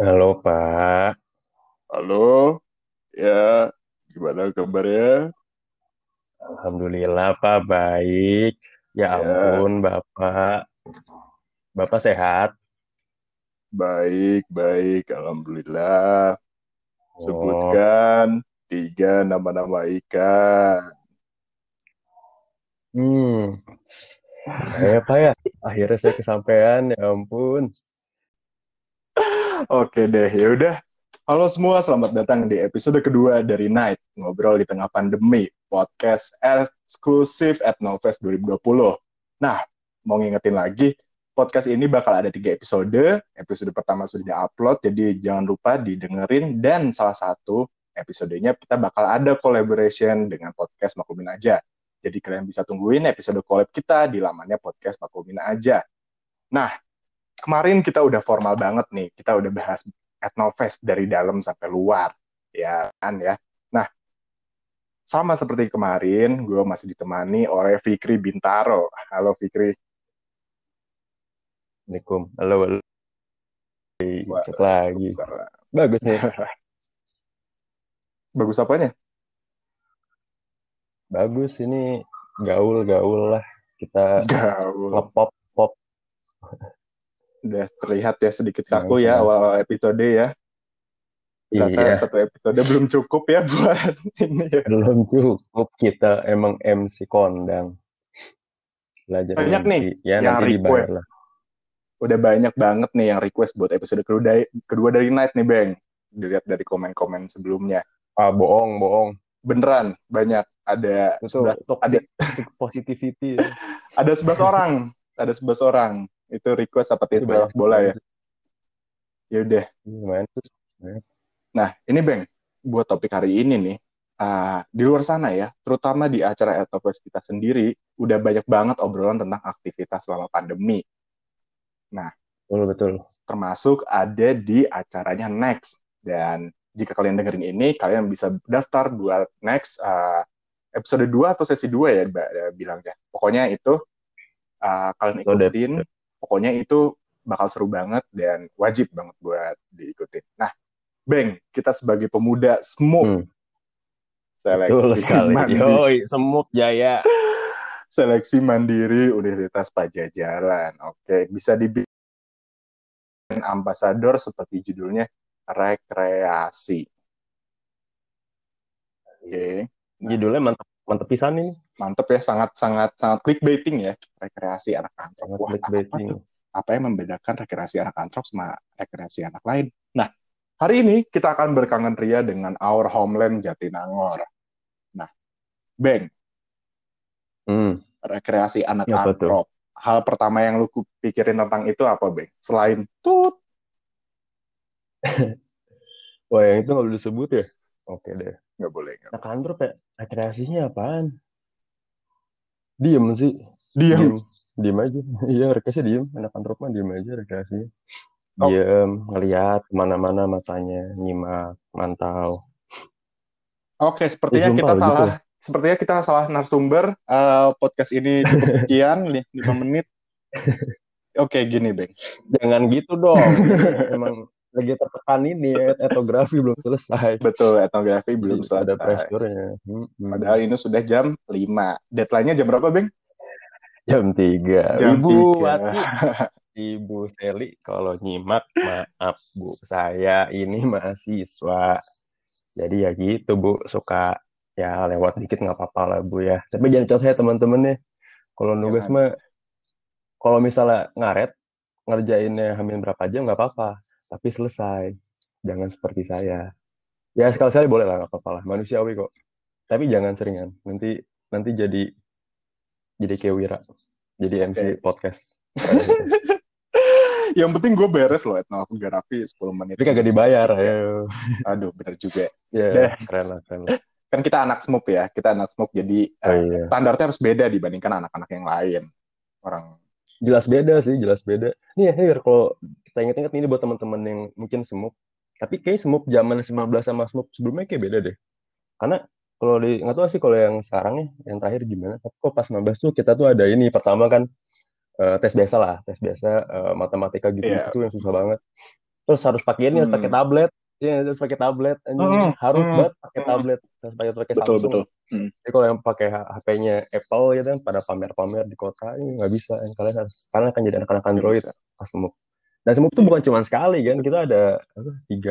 Halo Pak, Halo, ya, gimana kabarnya? Alhamdulillah Pak baik. Ya Ya, ampun Bapak, Bapak sehat? baik, baik, alhamdulillah. Oh, Sebutkan tiga nama-nama ikan. hmm, saya Pak ya. Akhirnya saya kesampaian, ya ampun. Oke deh, ya udah. Halo semua, selamat datang di episode kedua dari Night, Ngobrol di Tengah Pandemi, podcast eksklusif Etnofest 2020. Nah, mau ngingetin lagi, podcast ini bakal ada tiga episode. Episode pertama sudah di-upload, jadi jangan lupa didengerin. Dan salah satu episodenya kita bakal ada collaboration dengan podcast Maklumin Aja. Jadi kalian bisa tungguin episode collab kita di lamannya podcast Maklumin Aja. Nah, kemarin kita udah formal banget nih, kita udah bahas Etnofest dari dalam sampai luar, ya kan ya. Nah, sama seperti kemarin, gue masih ditemani oleh Fikri Bintaro. Halo Fikri. Assalamualaikum. Halo, halo. Cek lagi. Waalaikumsalam. Bagus nih, Bagus apanya? bagus ini gaul-gaul lah. Kita Gaul. ngepop pop Udah terlihat ya sedikit kaku ya senang-senang. awal-awal episode ya. Ternyata Iya, satu episode belum cukup ya buat ini ya. belum cukup kita emang MC kondang, belajar Banyak nih MC. Ya yang nanti dibayar request. lah. Udah banyak banget nih yang request buat episode kedua dari Night nih, Bang. Dilihat dari komen-komen sebelumnya. Ah, bohong, bohong. Beneran banyak, ada Itu 11 ada toxic positivity itu. ada 11 orang, itu request apa Itu sepak banyak bola sekali ya. sih. Ya udah. Lumayan tuh. Sebenarnya. Nah, ini Bang, buat topik hari ini nih, di luar sana ya, terutama di acara Etofest kita sendiri, udah banyak banget obrolan tentang aktivitas selama pandemi. Nah, Betul, betul. termasuk ada di acaranya Next. Dan jika kalian dengerin ini, kalian bisa daftar buat Next episode 2 atau sesi 2 ya, Mbak, bilangnya. Pokoknya itu kalian Episode. ikutin. Pokoknya itu bakal seru banget dan wajib banget buat diikutin. Nah, Bang, kita sebagai pemuda SMUK, Hmm, betul seleksi sekali. mandi, Yoi, Semuk Jaya. seleksi mandiri Universitas Pajajaran. Oke, bisa dibikin ambasador seperti judulnya rekreasi. Oke, nah Judulnya mantap, mantap pisan ini. mantep ya, sangat sangat sangat clickbaiting ya, rekreasi anak kantrok. Sangat Wah, apa clickbaiting. tuh? Apa yang membedakan rekreasi anak kantrok sama rekreasi anak lain? Nah, hari ini kita akan berkangen ria dengan Our Homeland Jatinangor. Nah, Bang, Hmm, rekreasi anak apa tuh? antrop. Hal pertama yang lu pikirin tentang itu apa, Bang? Selain tut, Wah, yang itu nggak boleh disebut ya? Oke deh. nggak boleh, nggak Nah, boleh. kantor ya, rekreasinya apaan? Diem sih. Diam. Diem. Diem aja. Iya, rekreasi diem. Anak kantor mah diem aja rekreasinya. Oh, Diem, ngeliat kemana-mana matanya, nyimak, mantau. oke, Ya sumpah gitu lah. sepertinya kita salah narasumber. Podcast ini cukup sekian, 5 menit. Oke, gini, Bang. Jangan gitu dong. Ini emang lagi tertekan ini etnografi belum selesai. Betul, etnografi Jadi belum ada selesai. pressure-nya. Padahal ini sudah jam 5. Deadline-nya jam berapa, Bang? Jam 3. Jam Ibu 3. Wati, Ibu Seli, kalau nyimak, maaf Bu. Saya ini mahasiswa. Jadi ya gitu Bu, suka ya lewat dikit nggak apa-apa lah Bu ya. Tapi jangan contoh ya teman-teman ya. Kalau nugas Jangan. mah, kalau misalnya ngaret, ngerjainnya hamin berapa jam nggak apa-apa. Tapi selesai. Jangan seperti saya. Ya sekali-sekali boleh lah, nggak apa-apa lah. Manusiawi kok. Tapi jangan seringan. Nanti nanti jadi kayak Wira. Jadi MC Oke. podcast. Stres itu. Yang penting gue beres loh etnografi 10 menit Tapi kagak sebelum jam dibayar. 3. Ayo. Aduh, bener juga. Deh, Ya, keren lah, keren lah. kan kita anak SMUK ya. Kita anak SMUK jadi Oh iya. standarnya harus beda dibandingkan anak-anak yang lain. Orang. Jelas beda sih, jelas beda. Nih ya, Hir, kalau kita inget-inget ini buat teman-teman yang mungkin semuk. Tapi kayak semuk zaman 19 sama semuk sebelumnya kayak beda deh. Karena kalau di, nggak tahu sih kalau yang sekarang nih, yang terakhir gimana. Tapi kok pas 19 tuh kita tuh ada ini. Pertama kan tes biasa lah, tes biasa matematika gitu-gitu Iya, tuh yang susah banget. terus harus pakai ini, harus pakai Hmm. tablet, ya harus pakai tablet, anjing Hmm. harus Hmm. banget pakai Hmm. tablet, harus pakai Betul, Samsung. betul. Hmm. Jadi kalau yang pakai HP-nya Apple gitu kan pada pamer-pamer di kota ini nggak bisa, kalian harus, kalian akan jadi anak-anak Nggak Android bisa. pas semuk. Dan semuk tuh Iya, bukan cuma sekali kan, betul. kita ada apa,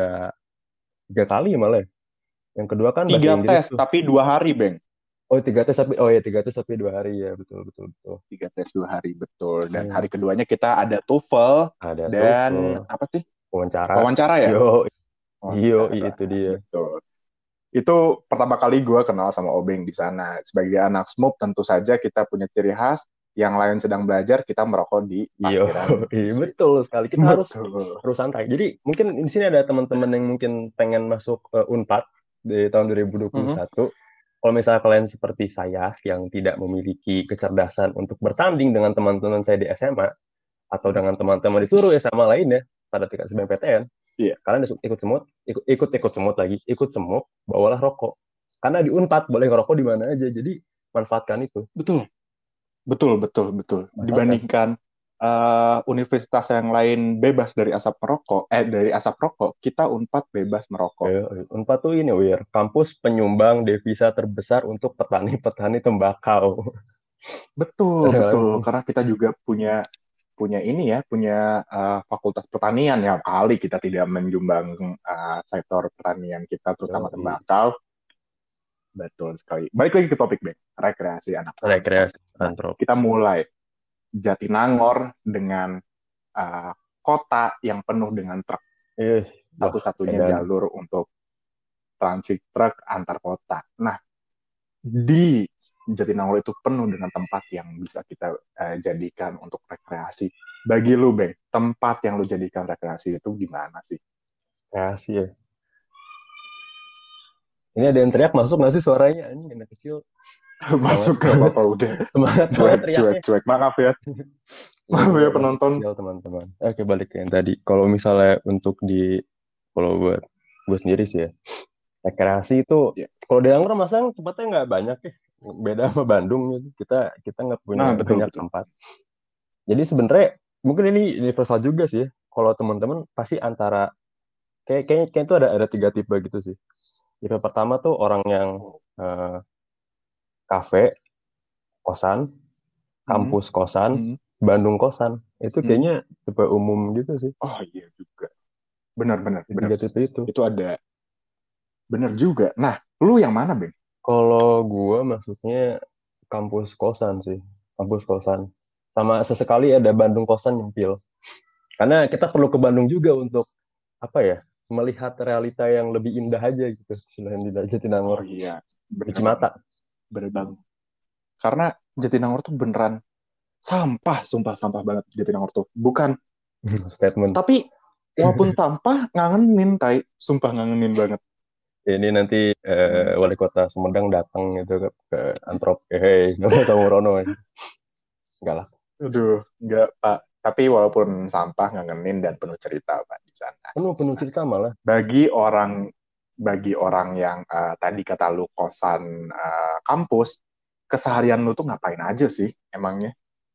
tiga kali malah ya. Yang kedua kan bahasa 3 Inggris tes, tuh. tapi 2 hari, Bang. Oh tiga tes tapi, oh ya tiga tes tapi 2 hari ya, betul betul betul. 3 tes 2 hari, betul. Dan hari Hmm. keduanya kita ada TOEFL Ada dan TOEFL, apa sih? wawancara, Wawancara ya? yo yo Wawancara, itu dia. betul. Itu pertama kali gue kenal sama Obeng di sana. Sebagai anak SMUP, tentu saja kita punya ciri khas. Yang lain sedang belajar, kita merokok di Yo, parkiran iya bis itu. betul sekali. Kita harus Betul. harus santai. Jadi mungkin di sini ada teman-teman yang mungkin pengen masuk Unpad di tahun Mhm. 2021. Kalau misalnya kalian seperti saya yang tidak memiliki kecerdasan untuk bertanding dengan teman-teman saya di SMA atau dengan teman-teman disuruh SMA lainnya pada tingkat SBMPTN, Iya, kalian ikut semut, ikut semut lagi, ikut semut, bawalah rokok. Karena di Unpad boleh ngerokok di mana aja. Jadi manfaatkan itu. betul. Betul, betul, betul. Manfaatkan. Dibandingkan universitas yang lain bebas dari asap merokok, dari asap rokok, kita Unpad bebas merokok. Unpad tuh ini, Wir, kampus penyumbang devisa terbesar untuk petani-petani tembakau. Betul, betul. Karena kita juga punya punya ini ya, punya fakultas pertanian ya. Kali kita tidak menyumbang sektor pertanian kita, terutama Yoi. tembakau. Betul sekali. Balik lagi ke topik, Bang. Rekreasi anak rantau. Rekreasi Nah, antrop. kita mulai Jatinangor dengan uh, kota yang penuh dengan truk. Wah, Satu-satunya edan. jalur untuk transit truk antar kota. Nah, di Jatinangor itu penuh dengan tempat yang bisa kita jadikan untuk rekreasi. Bagi lu, Bang, tempat yang lu jadikan rekreasi itu di mana sih? Rekreasi ya. Ini ada yang teriak masuk nggak sih suaranya? Ini anak kecil. Semangat Masuk gak banget. apa-apa, udah. Semangat banget Cuek, cuek, teriaknya. cuek. Maaf ya. Ini Maaf dia ya masih penonton. kecil teman-teman. Oke, balik ke yang tadi. Kalau misalnya untuk kalau buat gue sendiri sih ya, rekreasi itu, Ya. kalau di Anggur masa tempatnya nggak banyak ya. Beda sama Bandung gitu. Kita nggak punya Nah, betul, banyak betul. tempat. Jadi sebenarnya mungkin ini universal juga sih ya. Kalau teman-teman pasti antara kayak itu ada 3 tipe gitu sih. Tipe pertama tuh orang yang eh, kafe, kosan, Hmm, kampus kosan, hmm, Bandung kosan. Itu hmm. kayaknya tipe umum gitu sih. Oh iya juga. Benar, benar, Di benar. 3 tipe itu. Itu ada. Benar juga. Nah, lu yang mana, Bang? Kalau gua maksudnya kampus kosan sih, kampus kosan. Sama sesekali ada Bandung kosan nyempil. Karena kita perlu ke Bandung juga untuk apa ya? Melihat realita yang lebih indah aja gitu selain di Oh Jatinangor, iya, di bener banget. Cimata. Bener banget. Karena Jatinangor tuh beneran sampah, sumpah sampah banget Jatinangor tuh. Bukan, Statement. tapi walaupun sampah ngangenin, sumpah ngangenin banget. Ini nanti Hmm. wali kota Sumedang datang gitu ke Antrop, hey nggak sama Rono, enggak lah. Aduh, nggak Pak. Tapi walaupun sampah ngangenin dan penuh cerita Pak di sana. Penuh penuh Nah, cerita malah. bagi orang bagi orang yang tadi kata lu kosan kampus, keseharian lu tuh ngapain aja sih emangnya?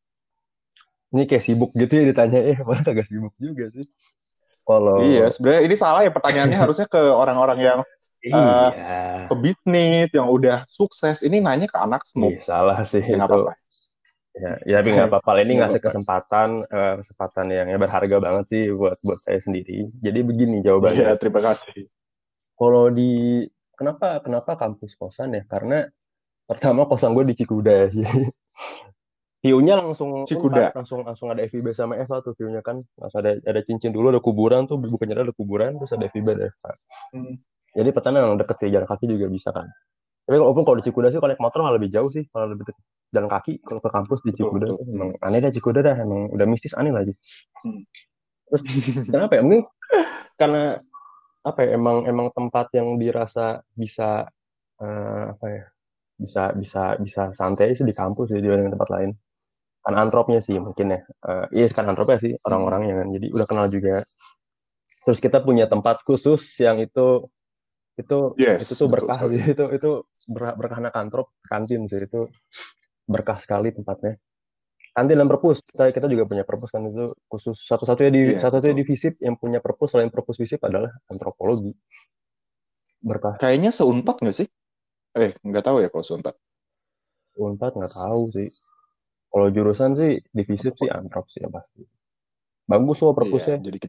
Ini kayak sibuk gitu ya ditanya, malah kagak sibuk juga sih. Iya, Kalau sebenarnya ini salah ya, pertanyaannya harusnya ke orang-orang yang eh, iya, pebisnis yang udah sukses. Ini nanya ke anak SMUP. salah sih Ya nggak itu. apa-apa. Ya tapi nggak apa-apa lah. Ini Nggak ngasih apa-apa. kesempatan yang ya berharga banget sih buat buat saya sendiri. Jadi begini Iya, jawabannya. terima kasih. Kalau kenapa kenapa kampus kosan ya? Karena pertama kosan gue di Cikuda ya. View-nya langsung Unpad, Cikuda. langsung langsung ada FIB sama Eva tuh view-nya kan. Langsung ada cincin dulu, ada kuburan tuh, bukannya ada kuburan, terus ada FIB ada Eva. Hmm. Jadi petanya memang deket sih, jalan kaki juga bisa kan. Tapi walaupun kalau di Cikuda sih kalau naik motor malah lebih jauh sih, kalau lebih deket jalan kaki kalau ke kampus di Betul, Cikuda betul. tuh emang Hmm. aneh dah Cikuda dah, emang udah mistis aneh lagi. Hmm. Terus kenapa ya? Mungkin karena apa ya? Emang emang tempat yang dirasa bisa apa ya? Bisa santai sih di kampus ya dibanding tempat lain. Kan antropnya sih mungkin ya. Iya kan antropnya sih Hmm. orang-orangnya kan. Jadi udah kenal juga. Terus kita punya tempat khusus yang itu itu Yes, tuh betul berkah sekali. sih. Itu berkah anak antrop kantin sih itu berkah sekali tempatnya. kantin dan perpus. Kita juga punya perpus kan, itu khusus Iya, satu-satunya betul. di FISIP yang punya perpus selain perpus FISIP adalah antropologi. Berkah. Kayaknya seunpad nggak sih? Nggak tahu ya kalau seunpad. Unpad nggak tahu sih. Kalau jurusan sih di FISIP sih antrop sih ya pasti. Bagus loh Iya, perpusnya. jadi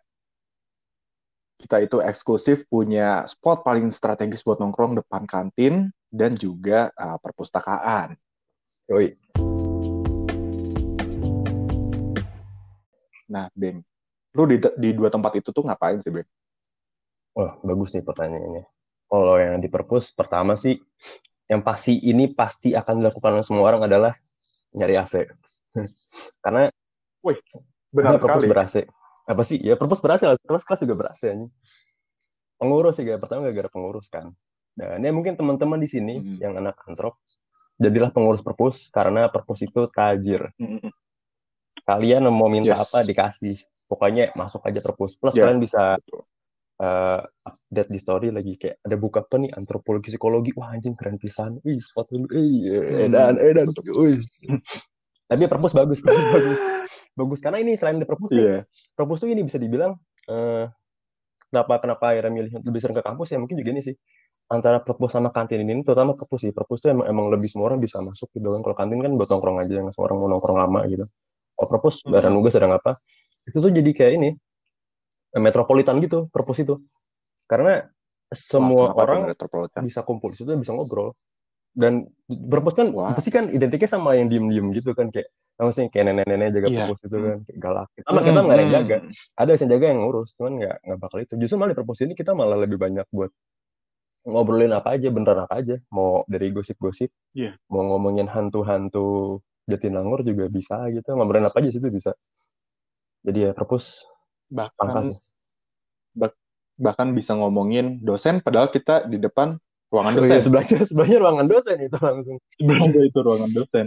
kita itu eksklusif punya spot paling strategis buat nongkrong depan kantin dan juga perpustakaan. Yoi. Nah, Beng, lu di dua tempat itu tuh ngapain sih, Beng? Wah, bagus nih pertanyaannya. Kalau yang di perpus, pertama sih, yang pasti akan dilakukan oleh semua orang adalah nyari AC. Karena Wih, benar perpus sekali. ber-AC. Apa sih? Ya perpus ber-AC lah. Kelas juga ber-AC. Pengurus sih, pertama gara-gara pengurus kan. Dan ya mungkin teman-teman di sini Mm-mm. yang anak antrop, jadilah pengurus perpus karena perpus itu tajir. Mm-mm. Kalian mau minta apa Yes, dikasih. Pokoknya masuk aja perpus. Plus ya, kalian bisa betul. update di story lagi kayak ada buka apa nih antropologi psikologi, wah anjing keren pisan, wih sepatu lu, Hmm. edan, wih. Tapi perpus bagus, bagus karena ini selain di perpus nih, Iya. perpus tuh ini bisa dibilang kenapa akhirnya milih lebih sering ke kampus ya mungkin juga ini sih, antara perpus sama kantin ini terutama perpus sih, perpus tuh emang lebih semua orang bisa masuk gitu kan, kalau kantin kan buat nongkrong aja, nggak semua orang mau nongkrong lama gitu. Kalau perpus barang Mm-mm. nugas sedang apa, itu tuh jadi kayak ini metropolitan gitu perpus itu, karena Wah, semua kenapa tuh orang Metropolitan? bisa kumpul di situ, bisa ngobrol. Dan perpus kan Wah, pasti kan identiknya sama yang diem-diem gitu kan, kayak maksudnya kayak nenek-nenek jaga iya. perpus itu Mm. kan kayak galak. Kita Mm-mm, nggak ada yang jaga, mm-mm. ada yang jaga yang ngurus, cuman nggak bakal itu. Justru malah di perpus ini kita malah lebih banyak buat ngobrolin apa aja, beneran apa aja. Mau dari gosip-gosip, Iya. mau ngomongin hantu-hantu Jatinangor juga bisa gitu, ngobrolin apa aja situ bisa. Jadi ya perpus pangkas Bahkan sih. bah- bahkan bisa ngomongin dosen padahal kita di depan ruangan Oh iya, dosen. sebelahnya ruangan dosen itu langsung. Sebenarnya itu ruangan dosen.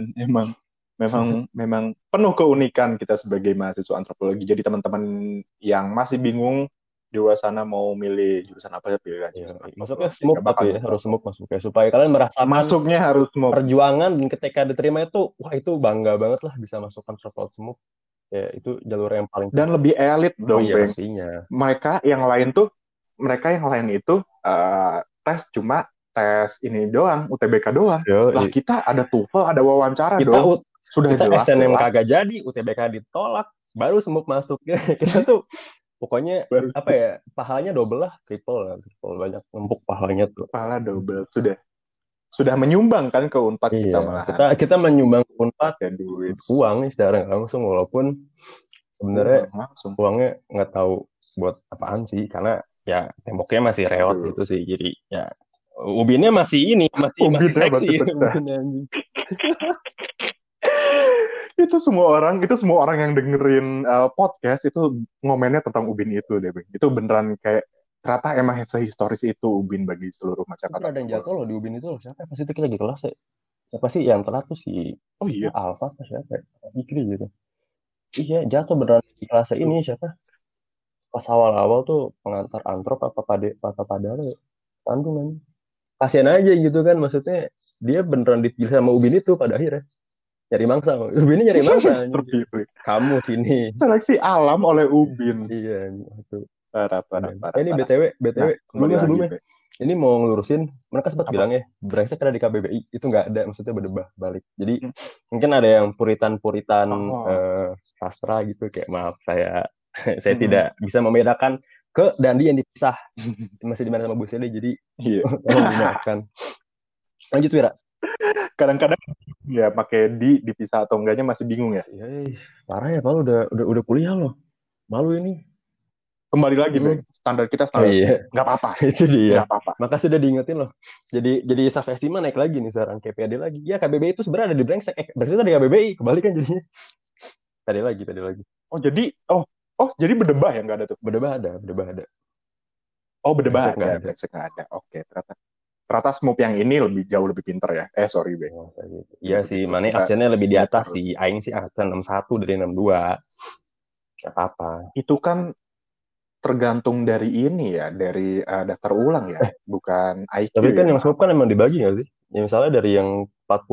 Memang penuh keunikan kita sebagai mahasiswa antropologi. Jadi teman-teman yang masih bingung di luar sana mau milih jurusan apa, ya pilih aja Ya, jurusan masuknya antropologi. smooth Nggak tapi bakal ya nyesel harus kok. smooth masuknya supaya kalian merasakan Masuknya harus mau. perjuangan, dan ketika diterima itu wah itu bangga banget lah bisa masukkan Travel Smooth, ya itu jalur yang paling Dan cepat. lebih elit Oh dong, iya Beng. pastinya. Mereka yang lain tuh, mereka yang lain itu tes cuma tes ini doang, UTBK doang. Yo, Lah kita ada TOEFL, ada wawancara kita dong. Sudah kita SNM jelas-jelas kagak jadi, UTBK ditolak, baru Smooth masuk. Kita tuh pokoknya baru apa ya, pahalanya double lah, triple banyak numpuk pahalanya tuh. kepala double. Sudah menyumbang kan ke Unpad Iya, kita kita malahan. kita menyumbang Unpad Pakai duit uang nih secara nggak langsung, walaupun sebenarnya uang langsung. uangnya nggak tahu buat apaan sih, karena ya temboknya masih reot Aduh, gitu sih, jadi ya ubinnya masih ini masih masih ubinnya seksi. masih pecah. Ubinnya anjing. Itu semua orang yang dengerin podcast itu ngomennya tentang Ubin itu deh, Bang. Itu beneran kayak ternyata emang sehistoris itu Ubin bagi seluruh Itu masyarakat pernah ada yang jatuh antropologi. loh di ubin itu loh, siapa ya? Pas itu kita lagi kelas ya, siapa sih yang telat tuh, si Oh iya, Alfa apa siapa ya? Fikri gitu. Iya jatuh beneran di kelas ini, tuh. siapa pas awal-awal tuh pengantar antrop apa apa padahal ya, tanggung kan, kasian aja gitu kan, maksudnya dia beneran dipilih sama ubin itu pada akhirnya nyari mangsa. Ubin ini nyari mangsa anjing. Terpilih. Kamu sini. Seleksi alam oleh Ubin. Iya itu Parah, parah, keren. parah, Ini parah. BTW Nah, kembali lagi, sebelumnya Bang. ini mau ngelurusin, mereka sempat Apa? bilang ya brengsek ada di KBBI itu nggak ada, maksudnya berdebah balik, jadi Hmm. mungkin ada yang puritan Oh. sastra gitu kayak maaf saya saya Hmm. tidak bisa membedakan ke Dandi yang dipisah masih dimana sama Bu Seli, jadi Iya. tolong dimaafkan. Lanjut Wira. Kadang-kadang ya pakai dipisah atau enggaknya masih bingung ya. Ya, parah ya, malu udah kuliah loh, malu ini. Kembali lagi, Hmm. Bang. Standar kita Oh standar iya, smooth. Nggak apa-apa. itu dia. Nggak apa-apa. Makasih udah diingetin loh. Jadi self esteem naik lagi nih sekarang, kayak PD lagi. Ya KBBI itu sebenarnya ada di brengsek. Brengsek itu di KBBI, kebalikan jadinya. Tadi lagi. Oh, jadi berdebah ya nggak ada tuh. Berdebah ada. Oh, berdebah Brengsek ada, nggak ada. brengsek nggak ada. Oke, ternyata Smoop yang ini jauh lebih pinter ya. Sorry, Bang. Nggak usah gitu. Iya Jauh lebih sih, pinter. mana Kita aksennya lebih di pinter. atas sih. Aing sih aksen 61 dari 62. Gak apa-apa. Itu kan tergantung dari ini ya, dari daftar ulang ya, bukan IQ Tapi kan ya, yang maaf smoke kan maaf. emang dibagi nggak sih? Ya misalnya dari yang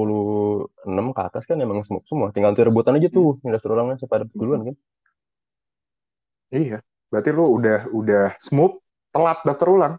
46 ke atas kan emang smoke semua. Tinggal nanti rebutan aja Hmm. tuh yang daftar ulangnya siapa dapat duluan kan. Iya, berarti lu udah smooth, telat daftar ulang.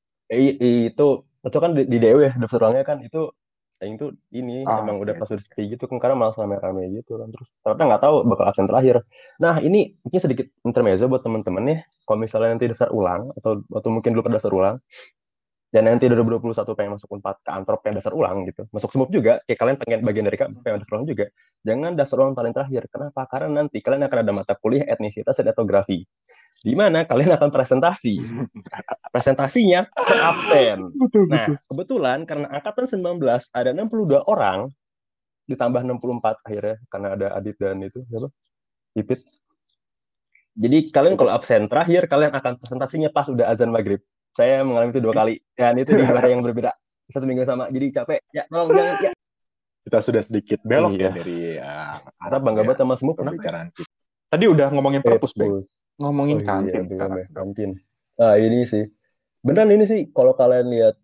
Itu kan di DW ya daftar ulangnya kan yang itu ini Ah, emang udah iya pas udah juga. sepi gitu kan karena malas rame-rame gitu kan terus ternyata nggak tahu bakal absen terakhir. Nah ini mungkin sedikit intermezzo buat teman-teman nih kalau misalnya nanti daftar ulang atau mungkin dulu pada daftar ulang dan nanti 2021 pengen masuk Unpad ke Antrop pengen daftar ulang gitu masuk SMUP juga kayak kalian pengen bagian dari pengen daftar ulang juga jangan daftar ulang paling terakhir kenapa karena nanti kalian akan ada mata kuliah etnisitas dan etnografi di mana kalian akan presentasinya per absen. Betul Nah betul. kebetulan karena angkatan 19 ada 62 orang ditambah 64 akhirnya karena ada Adit dan itu siapa Pipit. Jadi kalian kalau absen terakhir kalian akan presentasinya pas udah azan maghrib. Saya mengalami itu 2 kali dan itu di hari yang berbeda 1 minggu sama. Jadi capek. Ya tolong jangan ya. Kita sudah sedikit belok ya Iya. dari Kita arah bangga ya banget sama semua. Kenapa ya? pembicaraan kita. Tadi udah ngomongin perpus, Bang. Pus. Oh Ngomongin iya, kantin belum sekarang ya dong. kantin. Nah ini sih. Beneran ini sih kalau kalian lihat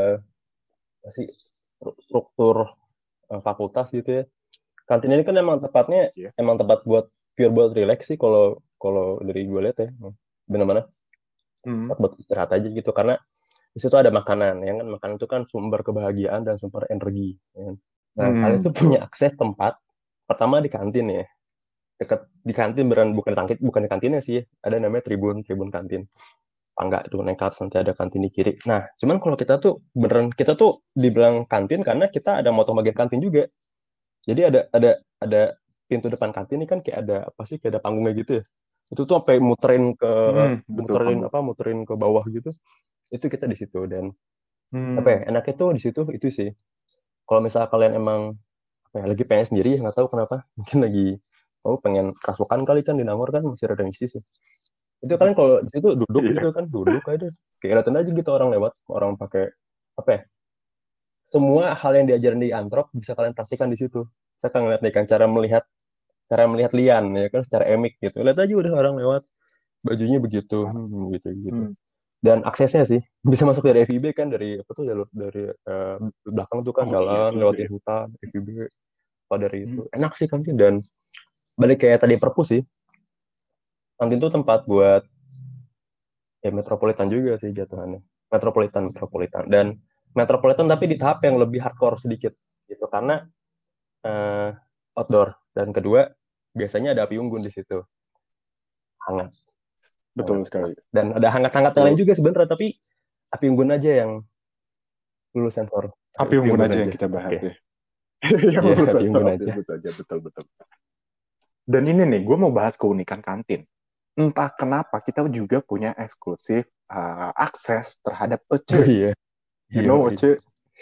sih struktur fakultas gitu ya. Kantin ini kan emang tepatnya Iya. emang tempat pure buat relax sih kalau kalau dari gue lihat ya. Bener-bener Hmm. tempat buat istirahat aja gitu karena di situ ada makanan ya kan makanan itu kan sumber kebahagiaan dan sumber energi ya kan? Nah kalian tuh punya Betul. akses tempat pertama di kantin ya dekat di kantin bukan di kantinnya sih ada namanya tribun tribun kantin tangga itu naik ke atas nanti ada kantin di kiri nah cuman kalau kita tuh beneran kita tuh dibilang kantin karena kita ada motong bagian kantin juga jadi ada pintu depan kantin ini kan kayak ada apa sih kayak ada panggungnya gitu ya itu tuh sampai Betul panggung. muterin ke bawah gitu itu kita di situ dan apa ya Hmm. enaknya tuh di situ itu sih kalau misalnya kalian emang apa ya, lagi pengen sendiri ya nggak tahu kenapa mungkin lagi pengen kerasukan kali kan di Nangor kan masih rada mistis ya itu kalian kalau di situ duduk Iya. gitu kan duduk aja kayak kelihatan aja gitu orang lewat orang pakai apa ya semua hal yang diajarin di Antrop bisa kalian praktikan di situ saya kan ngeliat nih kan cara melihat lian ya kan secara emik gitu lihat aja udah orang lewat bajunya begitu gitu gitu Hmm. dan aksesnya sih bisa masuk dari FIB kan dari apa tuh jalur dari belakang tuh kan Oh iya jalan juga lewatin ya. hutan FIB pada dari itu Hmm. enak sih kantin dan balik kayak tadi perpus sih kantin tuh tempat buat ya metropolitan juga sih jatuhannya metropolitan dan metropolitan tapi di tahap yang lebih hardcore sedikit gitu karena eh, outdoor dan kedua biasanya ada api unggun di situ hangat hangat Betul enak sekali. dan ada hangat-hangat yang lain Itu juga sebenarnya tapi api unggun aja yang lulus sensor api api unggun unggun aja aja yang kita oke bahas ya. Yang iya lulus api sensor unggun api aja unggun saja. Betul betul. Dan ini nih, gue mau bahas keunikan kantin. Entah kenapa kita juga punya eksklusif akses terhadap oh ECE. iya You iya know ECE,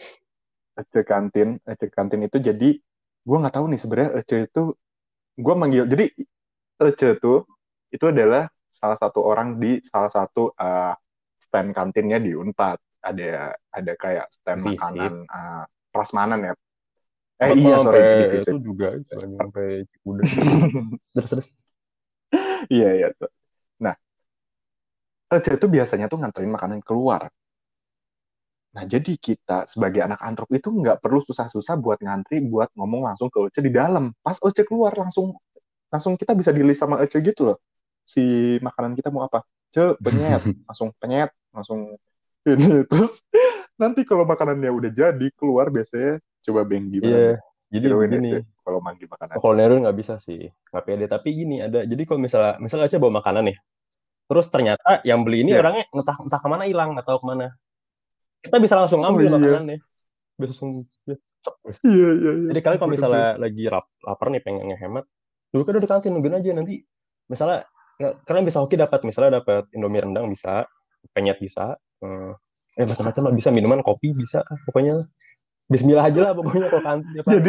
ECE kantin itu jadi gue nggak tahu nih sebenarnya ECE itu gue manggil jadi ECE itu adalah salah satu orang di salah satu stand kantinnya di Unpad. Ada kayak stand makanan visit prasmanan ya. sempat Iya mau sorry sampai di itu visit. juga itu anjing sampai Cikuda terus Iya iya tuh. Nah, ECE itu biasanya tuh nganterin makanan keluar. Nah, jadi kita sebagai anak antrop itu nggak perlu susah-susah buat ngantri, buat ngomong langsung ke Ece di dalam. Pas Ece keluar, langsung langsung kita bisa di list sama Ece gitu loh. Si makanan kita mau apa? Penyet, langsung ini. Terus nanti kalau makanannya udah jadi, keluar biasanya coba Beng gimana iya Beng? jadi Heroin begini Ece kalau manggil makanan. kalau Nerun nggak bisa sih nggak pede tapi gini ada jadi kalau misalnya aja bawa makanan nih terus ternyata yang beli ini Ya, orangnya entah entah kemana hilang atau kemana kita bisa langsung oh ambil iya, makanannya bisa langsung ya, cek. iya, iya, iya, Jadi kalian kalau misalnya bener-bener. lagi lapar nih pengen ngehemat dulu kan udah di kantin nungguin aja nanti misalnya ya, kalian bisa hoki dapat misalnya dapat Indomie rendang bisa penyet bisa macam-macam lah bisa minuman kopi bisa pokoknya Bismillah aja lah pokoknya kalau kantin tiap hari Jadi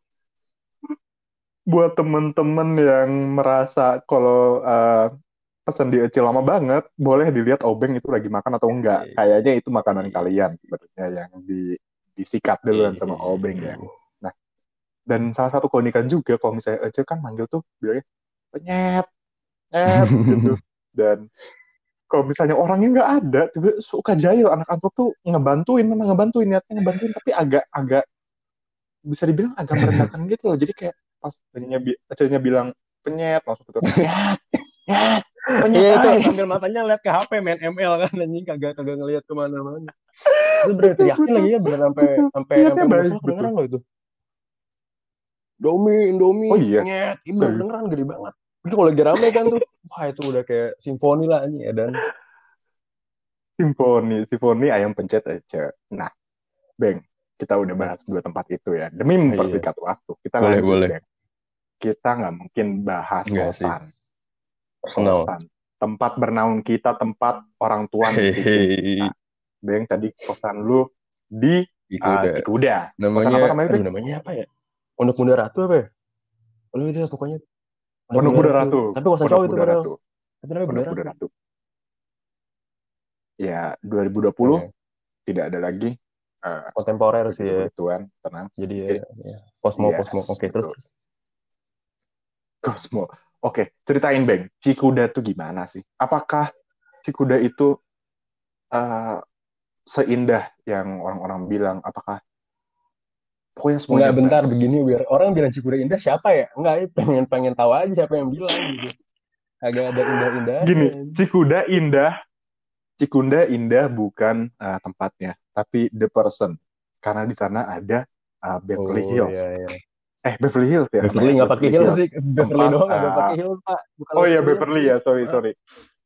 buat temen-temen yang merasa kalau pesan di Ece lama banget, boleh dilihat Obeng itu lagi makan atau enggak. Kayaknya itu makanan kalian sebenarnya yang disikat duluan sama Obeng ya. Nah, dan salah satu keunikan juga kalau misalnya Ece kan manggil tuh bilangnya penyet, nyet gitu. Dan Kalau misalnya orangnya nggak ada, tiba suka jahil anak Antrop tuh memang ngebantuin niatnya ngebantuin, tapi agak bisa dibilang agak merendahkan gitu loh. Jadi kayak pas penyanyinya bilang penyet langsung gitu, nyet, nyet, penyet, Iya itu ay. sambil matanya lihat ke HP main ML kan anjing kagak kagak ngelihat kemana-mana. Itu bener Betul, teriakin betul, lagi ya bener sampai betul. sampai Niatnya sampai baik, musola betul. kedengeran loh itu. Indomie, Oh iya, nyet, itu bener serius. kedengeran gede banget. Itu kalau lagi rame kan tuh, wah itu udah kayak simfoni lah anjing ya dan Simfoni ayam pencet aja. Nah, Beng, kita udah bahas dua tempat itu ya. Demi iya mempersingkat waktu, kita boleh lanjut, boleh Beng. Kita nggak mungkin bahas enggak sih kosan. personal. Kosan. Tempat bernaung kita, tempat orang tua nitipin Hehehe. kita. Beng, tadi kosan lu di Itu udah Cikuda. Kosan namanya, apa namanya, aduh Beng? namanya apa ya? Pondok Muda Ratu apa ya? Oh itu ya, pokoknya Pondok Pondok Muda Buda Ratu. Ratu. Tapi kosan Pondok cowok itu Buda padahal. Ratu. Tapi namanya Bunda Pondok Buda Ratu. Ratu. Ya, 2020 Oke. tidak ada lagi Kontemporer sih ya. begitu-begituan. Tenang. Jadi ya, Oke. ya. Kosmo Kosmo. Yes, Oke terus betul. Cosmo. Oke, ceritain, Beng. Cikuda tuh gimana sih? Apakah Cikuda itu eh, seindah yang orang-orang bilang? Apakah pokoknya Enggak semuanya bentar bagus? begini biar orang bilang Cikuda indah siapa ya? Enggak, pengen pengen tahu aja siapa yang bilang gitu. Agak ada Gini, indah-indahnya. Cikunda indah bukan tempatnya, tapi the person. Karena di sana ada Beverly Oh Hills. iya iya. Beverly Hills ya Beverly namanya, nggak pakai Beverly heels Hills. sih. Beverly Tempat doang nggak pakai heels Pak. Bukan oh Los iya Angeles Beverly sih. ya, sorry Maaf. sorry.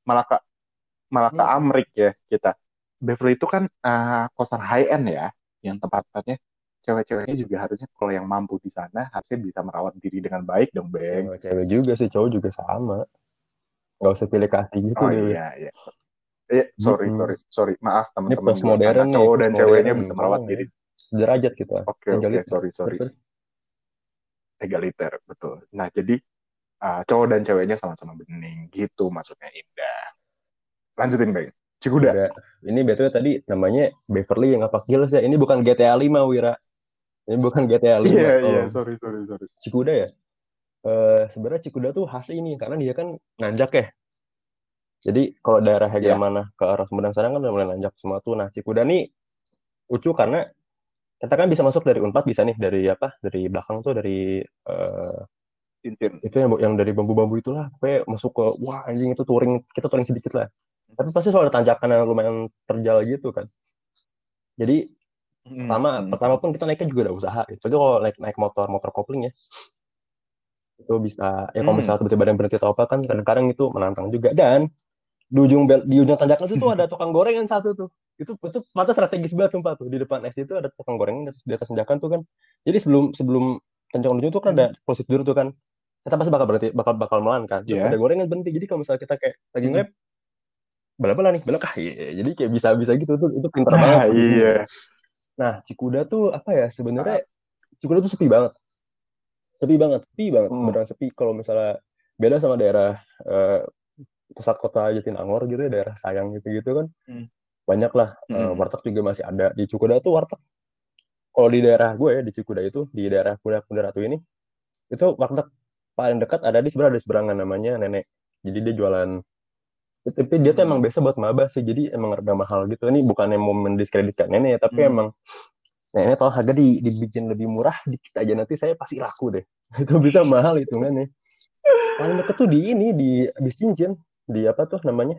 Malah ke Mm-mm. Amrik ya kita. Beverly itu kan kosan high end ya, yang tempat-tempatnya cewek-ceweknya juga harusnya kalau yang mampu di sana harusnya bisa merawat diri dengan baik dong, Beng. Oh, cewek juga sih, cowok juga sama. Nggak usah pilih kasih gitu Oh deh. iya, iya. Sorry, Mm-mm. sorry, sorry. Maaf Ini teman-teman di luar sana. postmodern nih, Cowok dan ceweknya postmodern. bisa merawat Tolong ya. diri. Derajat kita. Oke, oke, Egaliter. sorry, sorry. Terus. Egaliter, betul. Nah, jadi cowok dan ceweknya sama-sama bening. Gitu maksudnya indah. Lanjutin, Bang. Cikuda. Udah. Ini betul tadi namanya Beverly yang apa Hills ya. Ini bukan GTA 5 Wira. Ini bukan GTA Iya, 5 iya, tolong. sorry, sorry, sorry. Cikuda ya. Sebenarnya Cikuda tuh khas ini karena dia kan nanjak ya. Jadi kalau daerah Heger Iya. mana ke arah Sumedang sana kan udah mulai nanjak semua tuh. Nah, Cikuda nih lucu karena kita kan bisa masuk dari Unpad bisa nih dari apa? Dari belakang tuh dari Cincin. itu yang dari bambu-bambu itulah. Kayak masuk ke wah anjing itu touring kita touring sedikit lah. Tapi pasti soal ada tanjakan yang lumayan terjal gitu kan. Jadi Hmm, pertama pun kita naiknya juga ada usaha. Jadi kalau naik naik motor kopling ya itu bisa ya kalau hmm. misalnya tiba-tiba ada yang berhenti atau apa kan kadang-kadang itu menantang juga dan di ujung tanjakan itu tuh ada tukang goreng yang satu tuh itu mata strategis banget sumpah tuh di depan SD itu ada tukang goreng di atas tanjakan tuh kan jadi sebelum sebelum tanjakan ujung tuh kan ada prosedur tuh kan kita pasti bakal berhenti bakal melan kan terus ada Ya. gorengan berhenti jadi kalau misalnya kita kayak lagi Hmm. ngelep bala-bala nih belok iya. Jadi kayak bisa gitu tuh itu pintar banget Nah, posisinya iya. nah Cikuda tuh apa ya sebenarnya Cikuda tuh sepi banget Hmm. beneran sepi kalau misalnya beda sama daerah eh, pusat kota Jatinangor gitu ya daerah Sayang gitu kan Hmm. banyak lah Hmm. warteg juga masih ada di Cikuda tuh warteg kalau di daerah gue ya di Cikuda itu di daerah Bunda Ratu ini itu warteg paling dekat ada di sebelah ada seberangan namanya Nenek jadi dia jualan tapi dia tuh emang Hmm. biasa buat maba sih jadi emang harga mahal gitu ini bukannya mau mendiskreditkan Nenek ya tapi Hmm. emang Nenek kalau harga dibikin lebih murah dikit aja nanti saya pasti laku deh itu bisa mahal hitungannya paling deket tuh di ini di bis cincin di apa tuh namanya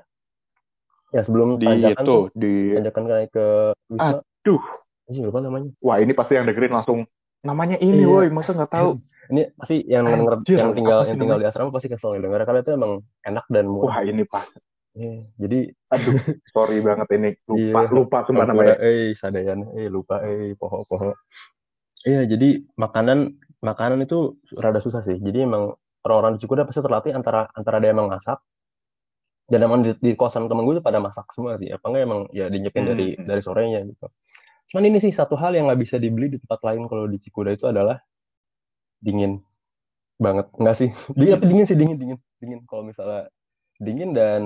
ya sebelum Di tanjakan itu, tuh di... tanjakan naik ke Wisma Aduh. anjing lupa namanya Wah, ini pasti yang dengerin langsung, namanya ini, iya woi. Masa nggak tahu? ini pasti yang denger Anjir, yang tinggal apa sih yang tinggal namanya? di asrama pasti kesel nih denger karena itu emang enak dan murah Wah, ini pas. jadi Aduh, sorry banget ini. iya Lupa sumpah hampura namanya. sadayan lupa poho iya jadi makanan makanan itu rada susah sih jadi emang orang-orang di Cikuda pasti terlatih antara antara dia emang masak dan emang di kosan temen gue tuh pada masak semua sih apa enggak emang ya dinyiapin Hmm. dari sorenya gitu cuman ini sih satu hal yang nggak bisa dibeli di tempat lain kalau di Cikuda itu adalah dingin banget enggak sih dingin Hmm. tapi dingin sih dingin kalau misalnya dingin dan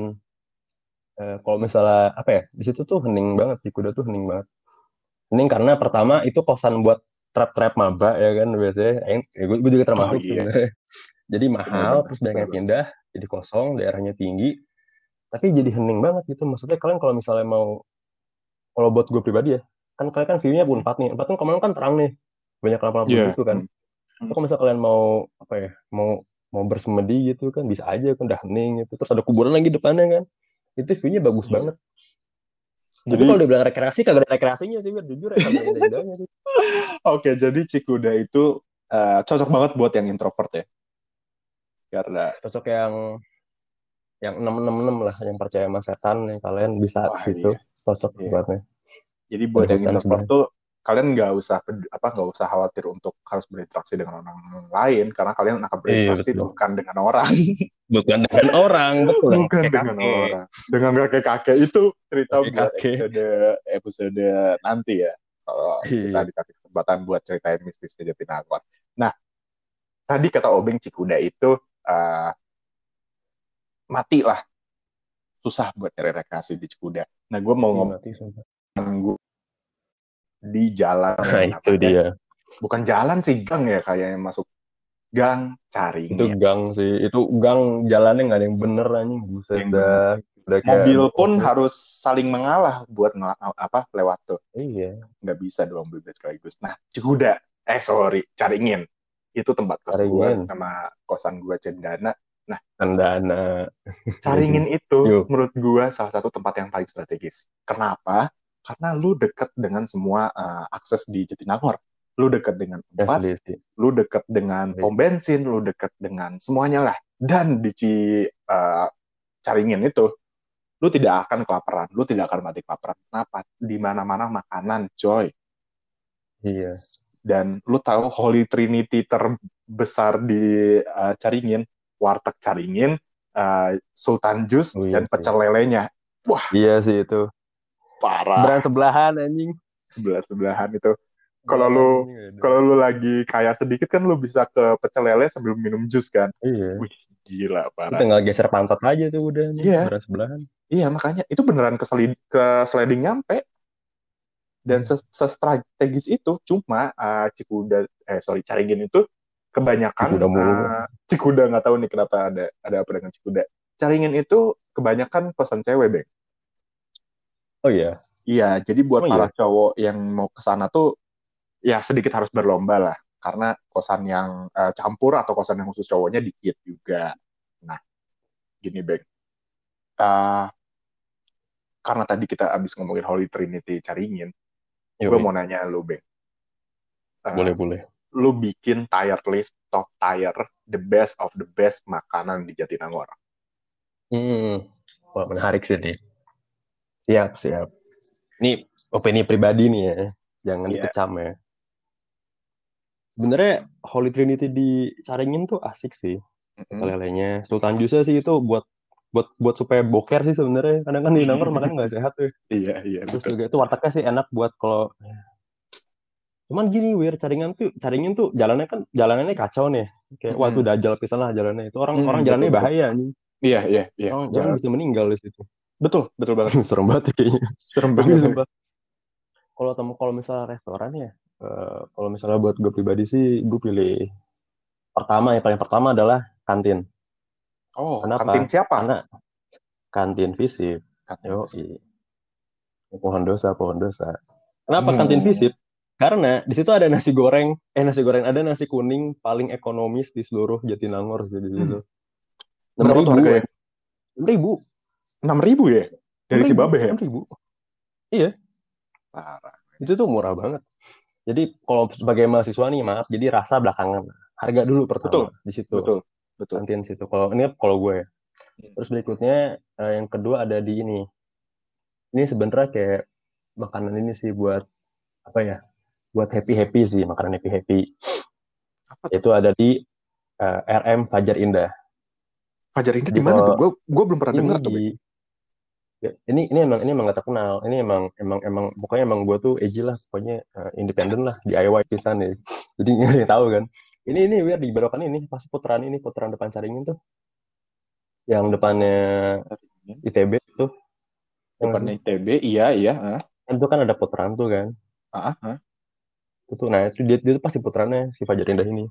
kalau misalnya apa ya di situ tuh hening banget sih kuda tuh hening banget hening karena pertama itu kosan buat trap maba ya kan biasanya gue juga Oh termasuk iya, sebenarnya jadi mahal benar-benar, terus banyak yang benar-benar. pindah jadi kosong daerahnya tinggi tapi jadi hening banget gitu. Maksudnya kalian kalau misalnya mau, kalau buat gue pribadi ya, kan kalian kan view-nya Unpad nih. Unpad kan kemarin kan terang nih, banyak lampu-lampu Iya. gitu kan. Tapi kalau misalnya kalian mau apa ya, mau mau bersemedi gitu kan bisa aja kan, udah hening gitu. Terus ada kuburan lagi depannya kan. Itu view-nya bagus Iya. banget. Tapi kalau Jadi dibilang rekreasi kagak ada rekreasinya sih, jujur ya kagak ada indah-indahnya sih. oke, jadi Cikuda itu cocok banget buat yang introvert ya. Karena Cocok yang 666 lah, yang percaya sama setan, yang kalian bisa ke wah situ, iya, cocok iya. buatnya. Jadi Ada buat yang hutan introvert sebelah. tuh kalian nggak usah khawatir untuk harus berinteraksi dengan orang lain karena kalian akan Iya berinteraksi betul. bukan dengan orang, Bukan dengan orang, betul ya. bukan Kayak dengan kakek, orang. Dengan kakek-kakek itu cerita kakek buat kakek. episode episode nanti ya. Kalau kita Iya. dikasih kesempatan buat ceritain mistisnya Jatinangor. Nah, tadi kata Obeng Cikuda itu uh, mati lah, susah buat cari rekreasi di Cikuda. Nah, gue mau Iya ngomong mati sumpah. di jalan Nah yang itu namanya dia. bukan jalan sih, gang ya, kayaknya masuk gang Itu Caringin. gang sih. Itu gang, jalannya nggak ada yang bener anjing. Buset Yang bener, dah. Udah kayak mobil pun off-road. harus saling mengalah buat lewat tuh, Iya. nggak bisa dua mobil sekaligus. Nah, Cikuda, sorry, Caringin, itu tempat kos gue Caringin. sama kosan gue Cendana. Nah, Andana. Anjing. Caringin itu Yuk. menurut gue salah satu tempat yang paling strategis. Kenapa? Karena lu dekat dengan semua akses di Jatinangor. Lu dekat dengan Unpad, Asli sih. lu dekat dengan Asli. pom bensin, lu dekat dengan semuanya lah. Dan di Caringin itu, lu tidak akan kelaparan, lu tidak akan mati kelaparan. Kenapa? Di mana-mana makanan, coy. Iya. Dan lu tahu Holy Trinity terbesar di Caringin, warteg Caringin, Sultan Jus, Oh iya dan sih. pecel lelenya. Wah, Iya sih itu. parah. Beran sebelahan anjing. Sebelah-sebelahan itu. Kalau lu Sebelahan anjing. Aduh. kalau lu lagi kaya sedikit kan lu bisa ke pecel lele sambil minum jus kan. Iya. Wih, gila Itu parah. tinggal geser pantat aja tuh udah nih. Iya, Beran sebelahan. iya makanya itu beneran ke sliding nyampe. Dan Iya. sestrategis itu cuma Caringin itu Itu kebanyakan udah mulu. Cikuda nggak tahu nih kenapa ada apa dengan Cikuda. Caringin itu kebanyakan kosan cewek, Bang. Oh iya. Iya, jadi buat Oh para iya. cowok yang mau ke sana tuh ya sedikit harus berlomba lah karena kosan yang campur atau kosan yang khusus cowoknya dikit juga. Nah, gini, Bang. Eh, karena tadi kita abis ngomongin Holy Trinity Caringin, gue Yoi. mau nanya lu, Bang. Eh, Boleh boleh. lu bikin tier list top tier the best of the best makanan di Jatinangor. Hmm. Wah, menarik sih nih. Siap siap. Ini opini pribadi nih ya. Jangan Iya. dikecam ya. Sebenarnya Holy Trinity di Caringin tuh asik sih. Mm-mm. Lelenya. Sultan Jusnya sih itu buat buat buat supaya boker sih sebenarnya. Kadang kan di Nangor makan nggak sehat tuh. Iya, iya, Terus betul. juga itu wartegnya sih enak buat kalau, cuman gini Caringin tuh jalanannya kacau nih. Kayak wah Mm-mm. tuh dajal pisan lah jalannya. Itu orang orang Betul, jalannya betul. bahaya nih. Iya, iya, iya. Orang Jalan. bisa meninggal di situ. Betul, betul banget. Serem banget ya kayaknya. Serem Tapi banget. sumpah, kalau misalnya restoran ya, kalau misalnya buat gue pribadi sih gue pilih pertama, yang paling pertama adalah kantin. Oh, kantin Kenapa? siapa? Karena kantin Visip. Kantin Yo, Visi. pohon dosa. Kenapa kantin Hmm. Visip? Karena di situ ada ada nasi kuning paling ekonomis di seluruh Jatinangor sih di Hmm. situ. Enam Berapa tuh ribu, harganya? 6.000, 6.000 ya? enam Dari si ribu, Babe ya? 6.000. Iya, Parah. itu tuh murah banget. Jadi kalau sebagai mahasiswa nih, maaf, jadi rasa belakangan. Harga dulu Betul, pertama di situ, betul, betul. kantin situ. Kalau gue ya. Terus berikutnya yang kedua ada di ini. Ini sebenarnya kayak makanan ini sih buat apa ya? Buat happy happy sih, makanan happy happy. Apa tuh? Itu ada di RM Fajar Indah. Fajar Indah Jadi di mana tuh? kalau Gue belum pernah ini dengar tuh, di Bang. ya, ini emang gak terkenal. Ini emang pokoknya emang gue tuh edgy lah, pokoknya independen lah, DIY pisan nih. Jadi nggak ada yang tahu kan. Ini biar di belokan ini pas putaran depan Caringin tuh, yang depannya ITB tuh, yang nggak Depannya sih? ITB, iya, iya. Kan itu kan ada putaran tuh kan. Ah, ah. Itu tuh, nah itu dia tuh pasti putarannya si Fajar Indah ini.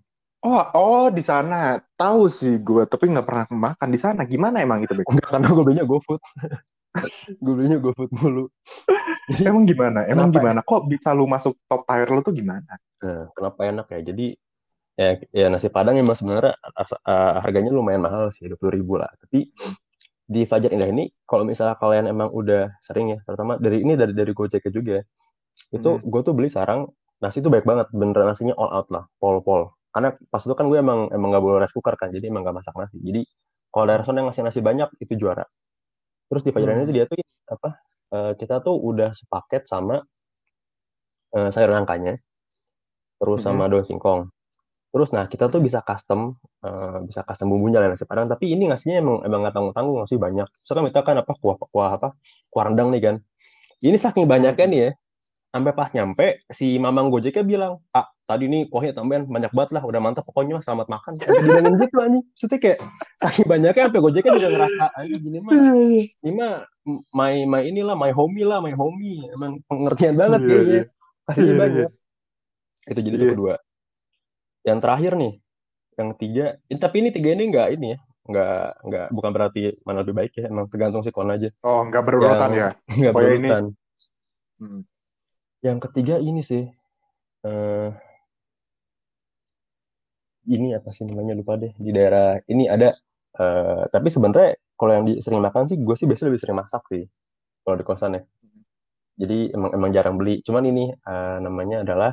di sana. Tahu sih gue, tapi nggak pernah makan di sana. Gimana emang itu, Bek? Enggak, karena gue belinya GoFood. Gue belinya GoFood mulu. Jadi Emang gimana? Emang kenapa? gimana? Kok bisa lu masuk top tier lu tuh gimana? Nah, kenapa enak ya? Jadi ya nasi Padang emang sebenarnya harganya lumayan mahal sih, 20 ribu lah. Tapi di Fajar Indah ini, kalau misalnya kalian emang udah sering ya, terutama dari Gojek juga, itu Hmm. gue tuh beli sarang nasi itu baik banget, beneran nasinya all out lah, pol-pol. Karena pas itu kan gue emang emang nggak bawa rice cooker kan, jadi emang nggak masak nasi. Jadi kalau ada restoran yang ngasih nasi banyak itu juara. Terus di Fajar Indah itu Hmm. dia tuh apa? Kita tuh udah sepaket sama sayur nangkanya, terus Hmm. sama daun singkong. Terus nah kita tuh bisa custom bumbunya lah nasi Padang. Tapi ini ngasihnya emang emang nggak tanggung tanggung ngasih banyak. Soalnya kan kita kan apa kuah kuah apa kuah rendang nih kan. Ini saking banyaknya Hmm. nih ya, sampai pas nyampe si mamang Gojeknya bilang, "Pak, tadi nih kuahnya tambahan banyak banget lah, udah mantap pokoknya mas, selamat makan." Sampai bilangin gitu anjing. Maksudnya kayak saking banyaknya sampai Gojeknya juga ngerasa anjing ini mah my inilah my homie. Emang pengertian banget Iya, kayaknya. iya. Kasihnya Iya, iya. banyak. Itu jadi itu Iya. kedua. Yang terakhir nih, yang ketiga, tapi ini tiga ini enggak ini ya. Enggak bukan berarti mana lebih baik ya, emang tergantung si kon aja. Oh, nggak berurutan Yang ya? enggak Pokoknya ini. berurutan. Hmm. Yang ketiga ini sih eh ini apa sih namanya lupa deh di daerah ini ada tapi sebenarnya kalau yang sering makan sih gue sih biasanya lebih sering masak sih kalau di kosan ya jadi emang emang jarang beli cuman ini namanya adalah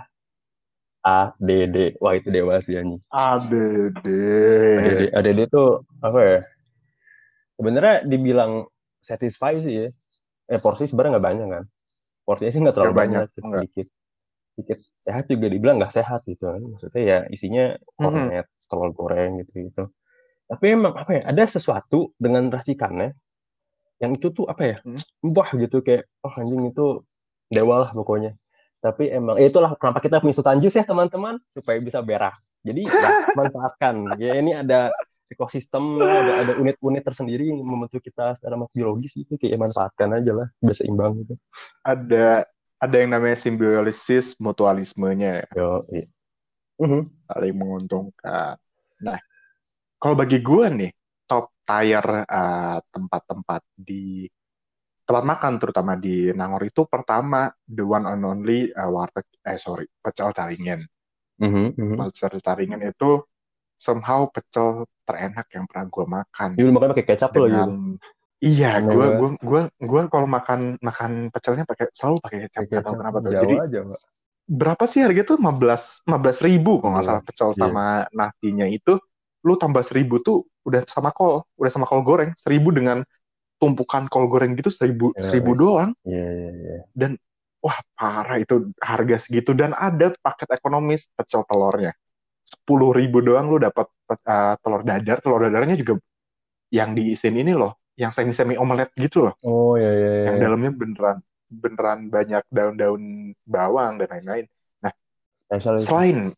ADD wah itu dewa sih anjing ADD. ADD tuh apa ya sebenarnya dibilang satisfy sih ya porsi sebenarnya nggak banyak kan porsinya sih nggak Nggak terlalu banyak. banyak Enggak. sedikit sedikit sehat juga dibilang nggak sehat gitu kan maksudnya ya isinya Mhm. kornet telur goreng gitu gitu tapi emang apa ya ada sesuatu dengan racikannya yang itu tuh apa ya Hmm. wah gitu kayak oh anjing itu dewa lah pokoknya tapi emang ya itulah kenapa kita punya sultan jus ya teman-teman supaya bisa berak jadi ya manfaatkan ya ini ada ekosistemnya ada unit-unit tersendiri yang membentuk kita secara biologis gitu kayak manfaatkan aja lah biar seimbang gitu Ada ada yang namanya simbiosis mutualismenya ya, yo iya. Mhm. saling menguntungkan. Nah, kalau bagi gue nih, top tier tempat-tempat di tempat makan terutama di Nangor itu pertama the one and only warteg pecel Caringin. Mhm, mhm. Pecel Caringin itu somehow pecel terenak yang pernah gue makan Jadi lu makan pakai kecap tuh lagi dengan itu iya aneh gue banget gue gue gue kalau makan makan pecelnya selalu pakai kecap pakai nggak tahu kecap kenapa tuh jadi Jawa aja pak berapa sih harga tuh 15 ribu kalau nggak salah 16 pecel iya sama nasinya itu lu tambah 1.000 tuh udah sama kol goreng 1.000 dengan tumpukan kol goreng gitu 1.000 iya 1.000 doang iya iya iya. dan wah parah itu harga segitu dan ada paket ekonomis pecel telurnya 10.000 doang lu dapat telur dadarnya juga yang diisiin ini loh yang semi semi omelet gitu loh Oh ya ya yang ya. dalamnya beneran beneran banyak daun-daun bawang dan lain-lain. Nah, Spesial itu. selain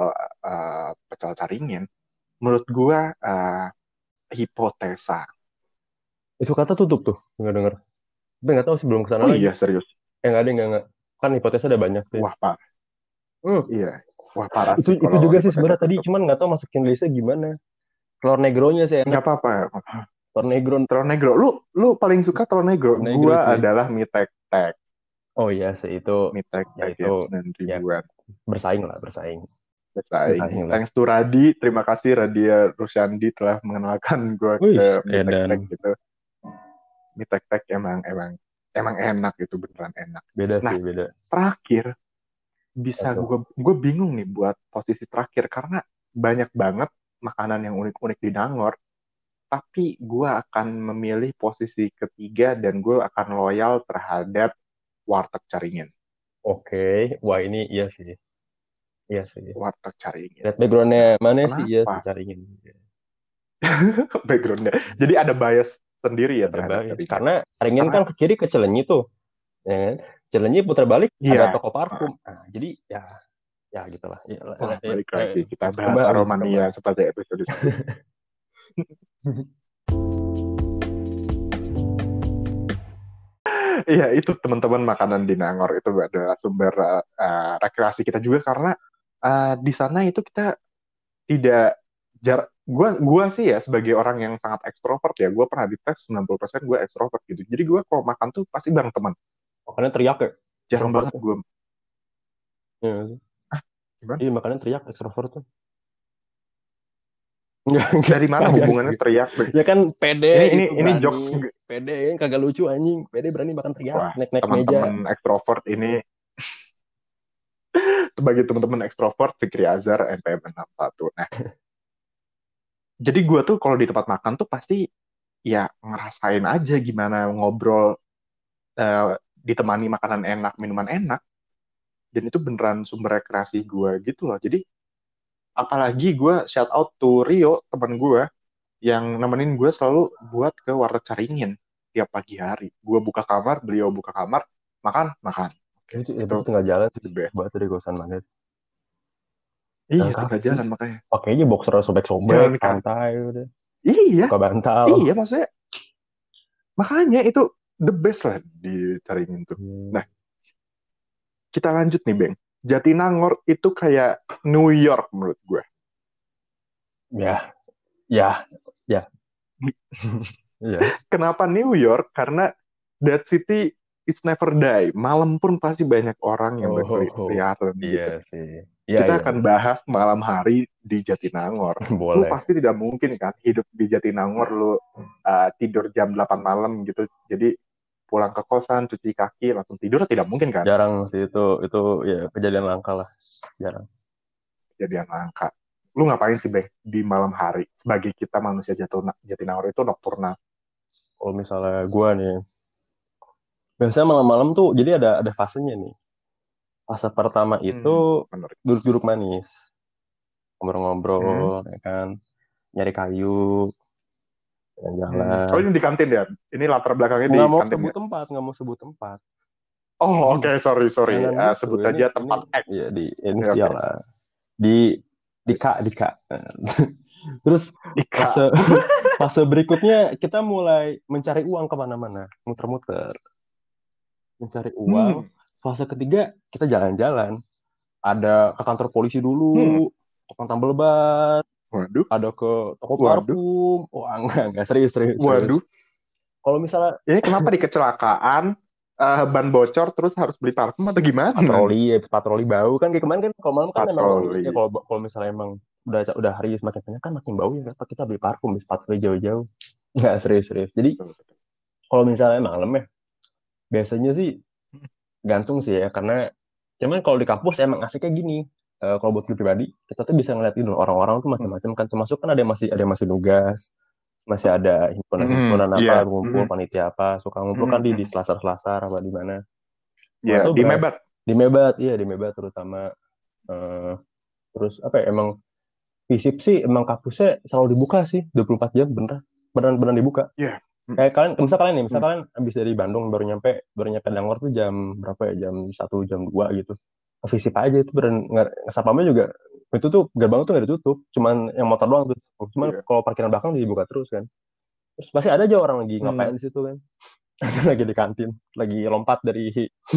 pecel caringin, menurut gua hipotesa. Itu kata tutup tuh, nggak denger. Tapi nggak tahu sih belum kesana Oh lagi. iya serius. Nggak ada nggak. Kan hipotesa ada banyak sih. Wah parah. Hmm. Iya. Wah parah Itu sih itu kalau juga sih hipotesa sebenarnya tadi, tutup. cuman nggak tahu masukin listnya gimana. Telur negronya sih enak. Nggak apa-apa. Telur negro, Telur negro. Lu paling suka telur negro. telur negro Gua sih. adalah mie tek-tek. Oh iya sih itu, Mie ya tek-tek itu yang 9 ya ribuan. bersaing lah bersaing. Bersaing. Bersaing lah. Thanks to Radi. Terima kasih Radia Rusyandi telah mengenalkan gue Wih, ke mie edan. tek-tek gitu. Mie tek-tek emang enak itu beneran enak. Beda Nah, sih beda. terakhir bisa Satu. gue bingung nih buat posisi terakhir karena banyak banget makanan yang unik-unik di Nangor, tapi gue akan memilih posisi ketiga dan gue akan loyal terhadap warteg Caringin. Oke, wah ini iya sih, iya sih. Warteg Caringin. Lihat backgroundnya Nah, mana sih iya sih kenapa? caringin. Backgroundnya. Jadi ada bias sendiri ya Ada terhadap bias Caringin. karena caringin Karena kan ke kiri ke Cilenyi tuh. Ya kan? Jalannya putar balik ada iya, toko parfum. Nah, jadi ya gitulah. Ya, wah balik lagi kita bahas kembali Aromania kembali. seperti episode sebelumnya. Iya, itu teman-teman makanan di Nangor itu adalah sumber rekreasi kita juga karena di sana itu kita tidak gua sih ya sebagai orang yang sangat ekstrovert ya, gua pernah dites 90% gue ekstrovert gitu. Jadi gua kalau makan tuh pasti bareng teman. Makanya teriak ya, Jarang extrovert banget tuh. gue. Iya nggak sih? Gimana? Iya, makanya teriak extrovert tuh. Enggak, Dari mana kagak. hubungannya teriak? Ya kan pede gitu, Ini berani. jokes. Pede kan kagak lucu anjing. Pede berani makan teriak, Wah, naik-naik meja. teman-teman ekstrovert ini, bagi teman-teman ekstrovert, Fikri Azhar NPM 61. Nah, jadi gue tuh kalau di tempat makan tuh pasti ya ngerasain aja gimana ngobrol, ditemani makanan enak, minuman enak. Dan itu beneran sumber rekreasi gue gitu loh. Jadi apalagi gue shout out to Rio, teman gue, yang nemenin gue selalu buat ke warteg Caringin tiap pagi hari. Gue buka kamar, beliau buka kamar, makan, makan. Oke, Itu itu tinggal jalan sih. the best. Buat dari kosan mana. Iya, Yang tinggal kafe sih. jalan makanya. Pakai aja boxer sobek-sobek, Jalan kaki. santai udah. Iya, Buka bantal. iya maksudnya. Makanya itu the best lah di Caringin tuh. Hmm. Nah, kita lanjut nih, Bang. Jatinangor itu kayak New York menurut gue. Ya, ya, ya. Iya. Kenapa New York? Karena that city is never die. Malam pun pasti banyak orang yang Oh, berkeliaran iya gitu. sih. Iya, Kita iya, akan iya. bahas malam hari di Jatinangor. Lu Boleh. pasti tidak mungkin kan hidup di Jatinangor, lu tidur jam 8 malam gitu. Jadi pulang ke kosan, cuci kaki, langsung tidur, tidak mungkin kan? Jarang sih itu ya kejadian langka lah. Jarang. Kejadian langka. Lu ngapain sih, Bang, di malam hari? Sebagai kita manusia Jatinangor itu nocturnal. Kalau misalnya gua nih, biasanya malam-malam tuh jadi ada fasenya nih. Fase pertama itu Bener. duduk-duduk manis, Hmm. ngobrol-ngobrol, ya kan, nyari kayu, Oh, jalan-jalan. ini di kantin ya? Ini latar belakangnya di Nggak mau kantin sebut ya? tempat, nggak mau sebut tempat. Oh, oke, sorry. Jangan gitu. Sebut Ini aja ini tempat X. ya di Oke, inisial oke. lah. Di Kak. Terus Ika. fase fase berikutnya kita mulai mencari uang kemana-mana, muter-muter, mencari uang. Hmm. Fase ketiga kita jalan-jalan. Ada ke kantor polisi Hmm. dulu, tukang tambal ban, Waduh. ada ke toko Waduh. parfum. Wah, enggak, serius. Waduh. Kalau misalnya Ini kenapa di kecelakaan, ban bocor, terus harus beli parfum atau gimana nih? patroli bau kan kayak kemarin kan kalau malam kan memang wangi ya Patroli. kalau misalnya emang udah hari semakin banyak kan makin bau ya kenapa kita beli parfum beli patroli jauh-jauh nggak serius jadi Betul, betul. kalau misalnya malam ya biasanya sih gantung sih ya karena cuman kalau di kampus emang asiknya gini. Kalau buat gue pribadi kita tuh bisa ngeliat gitu orang-orang tuh macam-macam kan termasuk kan ada yang masih nugas masih ada himpunan-himpunan Iya. apa ngumpul panitia apa suka ngumpul kan di Mhm. selasar-selasar apa di mana. Nah, Iya, tuh di Mebat. di Mebat terutama. Eh, terus apa ya emang FISIP sih emang kampusnya selalu dibuka sih 24 jam beneran dibuka. Iya. Mhm. Kayak kalian nih, misal Mhm. kalian habis dari Bandung baru nyampe Bangor tuh jam berapa ya? Jam 1 jam 2 gitu. Ke FISIP aja itu sapamnya juga itu tuh gerbang tuh nggak ditutup, cuman yang motor doang tuh. Cuman Iya. kalau parkiran belakang dibuka terus kan. Terus pasti ada aja orang lagi Hmm. ngapain di situ kan. Lagi di kantin, lagi lompat dari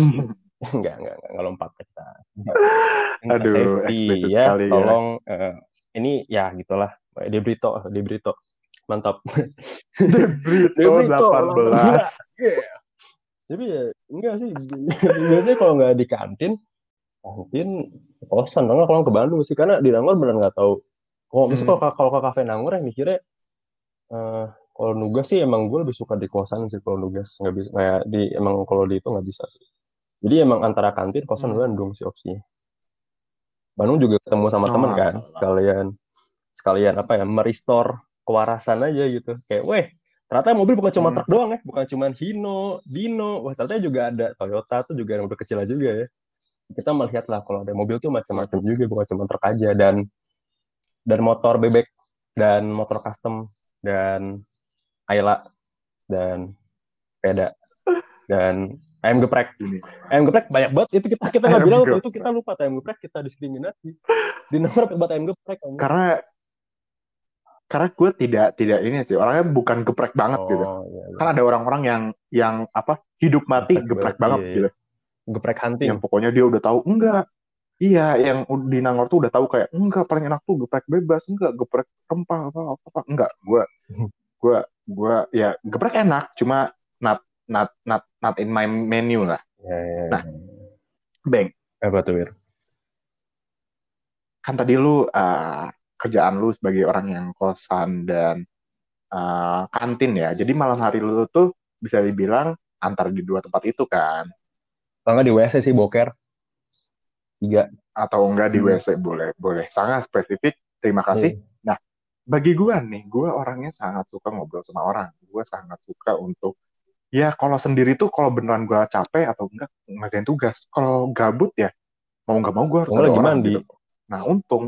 enggak lompat kita. Kita Aduh, safety eksplisit ya, sekali ya. tolong ini ya gitulah. Di Brito, mantap. De Di Brito Brito, mantap gila. 18. Yeah. Tapi ya enggak sih. Biasanya kalau nggak di kantin kosan. Enggak kalau ke Bandung sih, karena di Nangor benar nggak tahu. Misalnya Hmm. kalau ke kafe Nangor yang mikirnya, kalau nugas sih emang gue lebih suka di kosan sih kalau nugas nggak bisa kayak emang kalau di itu nggak bisa sih. Jadi emang antara kantin kosan Hmm. Bandung sih opsinya. Bandung juga ketemu sama temen Oh, kan, alah. sekalian apa ya, merestore kewarasan aja gitu. Kayak, weh, ternyata mobil bukan cuma Hmm. truk doang ya, bukan cuma Hino, Dino, wah ternyata juga ada Toyota tuh juga yang mobil kecil juga ya. Kita melihat lah kalau ada mobil tuh macam-macam juga, bukan cuma truk aja dan motor bebek dan motor custom dan Ayla dan sepeda dan ayam geprek. Ini Ayam geprek banyak banget itu kita nggak ayam bilang tuh itu kita geprek. lupa ayam geprek kita diskriminasi di nomor buat ayam geprek kan. Karena gue tidak ini sih, orangnya bukan geprek banget gitu. Oh iya, Kan iya. ada orang-orang yang apa, hidup mati Geprek geprek banget, iya, banget iya. gitu. Geprek hunting. Yang pokoknya dia udah tahu enggak. Iya, yang di Nangor tuh udah tahu kayak enggak paling enak tuh geprek bebas, enggak geprek rempah apa enggak. Gua ya geprek enak, cuma not not in my menu lah. Ya, ya, Nah, ya. Bang, Apa tuh, Wir? kan tadi lu kerjaan lu sebagai orang yang kosan dan kantin ya. Jadi malam hari lu tuh bisa dibilang antar di dua tempat itu kan, Kalau nggak di WC sih, boker. 3. atau enggak di Hmm. WC boleh, boleh sangat spesifik. Terima kasih. Iya. Nah, bagi gua nih, gua orangnya sangat suka ngobrol sama orang. Gua sangat suka untuk ya kalau sendiri tuh kalau beneran gua capek atau enggak ngerjain tugas. Kalau gabut ya mau nggak mau gua harus Kalau nggak ada lagi orang mandi. gitu. Nah, untung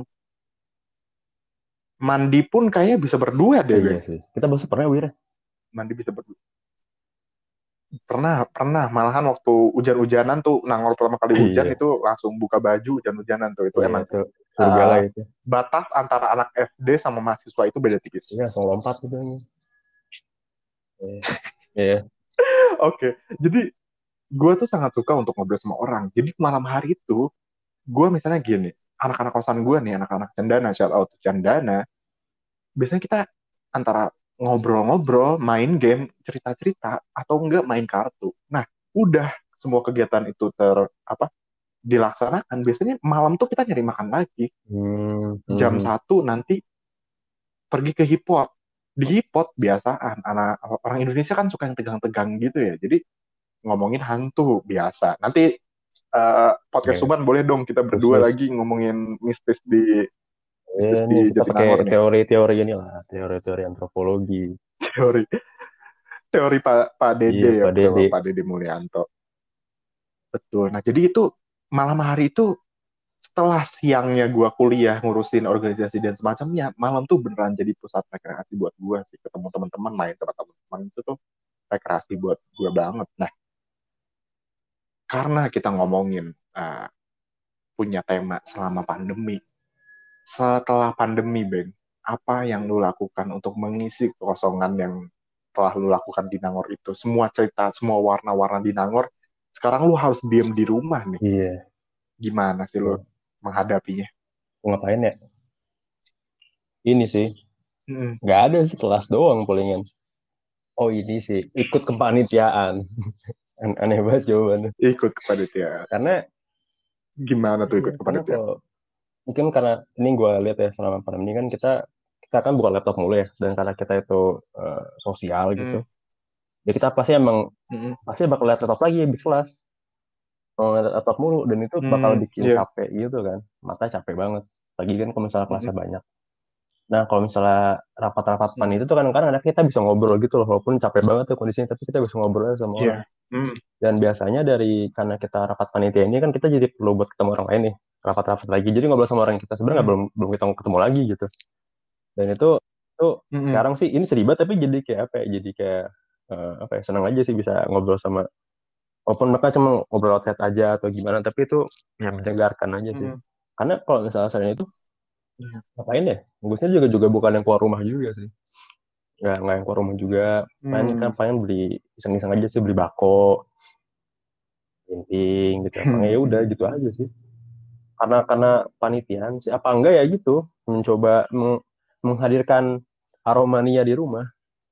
mandi pun kayaknya bisa berdua deh, Iya Bang. sih. Kita besok pernah, Wir. Mandi bisa berdua. Pernah, malahan waktu hujan-hujanan tuh Nangor pertama kali hujan Iya. itu langsung buka baju hujan-hujanan tuh itu Iya, emang itu surga lah uh, itu. batas antara anak SD sama mahasiswa itu beda Iya, tipis. langsung lompat gitu. Iya. Iya. Oke, jadi gue tuh sangat suka untuk ngobrol sama orang. Jadi malam hari itu gue misalnya gini, anak-anak kosan gue nih, anak-anak Cendana, shout out to Cendana, biasanya kita antara ngobrol-ngobrol, main game, cerita-cerita, atau enggak main kartu. Nah, udah semua kegiatan itu apa dilaksanakan, biasanya malam tuh kita nyari makan lagi. Hmm, Jam hmm. 1 nanti pergi ke hipot. Di hipot biasaan, anak orang Indonesia kan suka yang tegang-tegang gitu ya. Jadi ngomongin hantu biasa. Nanti podcast Iya. Suban boleh dong kita berdua Khusus. lagi ngomongin Iya mistis nih, di kita pakai Jatinangor nih. teori-teori inilah, teori-teori antropologi. Teori teori Pak Iya, Dede ya Pak bersama Dede. Pak Dede Mulyanto. Betul. Nah, jadi itu malam hari itu setelah siangnya gua kuliah ngurusin organisasi dan semacamnya, malam tuh beneran jadi pusat rekreasi buat gua sih. Ketemu teman-teman, main sama teman-teman itu tuh rekreasi buat gua banget. Nah, karena kita ngomongin punya tema selama pandemi, setelah pandemi, Ben, apa yang lu lakukan untuk mengisi kekosongan yang telah lu lakukan di Nangor itu? Semua cerita, semua warna-warna di Nangor, sekarang lu harus diem di rumah nih. Iya. Gimana sih lu Tuh. menghadapinya? Ngapain ya? Ini sih. Hmm, Nggak ada sih, kelas doang palingan. Oh, ini sih. Ikut kepanitiaan. Aneh banget jawabannya. ikut kepanitiaan. Karena, Gimana tuh iya, ikut karena kepanitiaan? kalau mungkin karena ini gue lihat ya selama pandemi kan kita kita kan buka laptop mulu ya, dan karena kita itu sosial gitu, Hmm, ya kita pasti emang hmm, pasti bakal lihat laptop lagi habis kelas. Kalau ngeliat laptop mulu, dan itu bakal bikin iya. capek gitu kan, mata capek banget lagi kan kalau misalnya Hmm, kelasnya banyak. Nah, kalau misalnya rapat-rapat pan hmm, itu tuh kan kadang kita bisa ngobrol gitu loh, walaupun capek banget tuh kondisinya, tapi kita bisa ngobrol aja sama orang. iya. Hmm, Dan biasanya karena kita rapat panitia ini kan kita jadi perlu buat ketemu orang lain nih, rapat-rapat lagi, jadi ngobrol sama orang yang kita sebenarnya hmm, belum belum kita ketemu lagi gitu. Dan itu hmm, sekarang sih ini sedih banget, tapi jadi kayak apa ya, jadi kayak apa ya, senang aja sih bisa ngobrol sama, walaupun mereka cuma ngobrol lewat chat aja atau gimana, tapi itu ya menyegarkan aja sih. hmm, Karena kalau misalnya selain itu iya. ngapain ya, bagusnya juga juga bukan yang keluar rumah juga sih, nggak yang keluar rumah juga, paling kan Hmm, paling beli iseng-iseng aja sih, beli bako, inting gitu, apa ya udah gitu aja sih. Karena panitian sih, apa enggak ya gitu, mencoba menghadirkan aromania di rumah.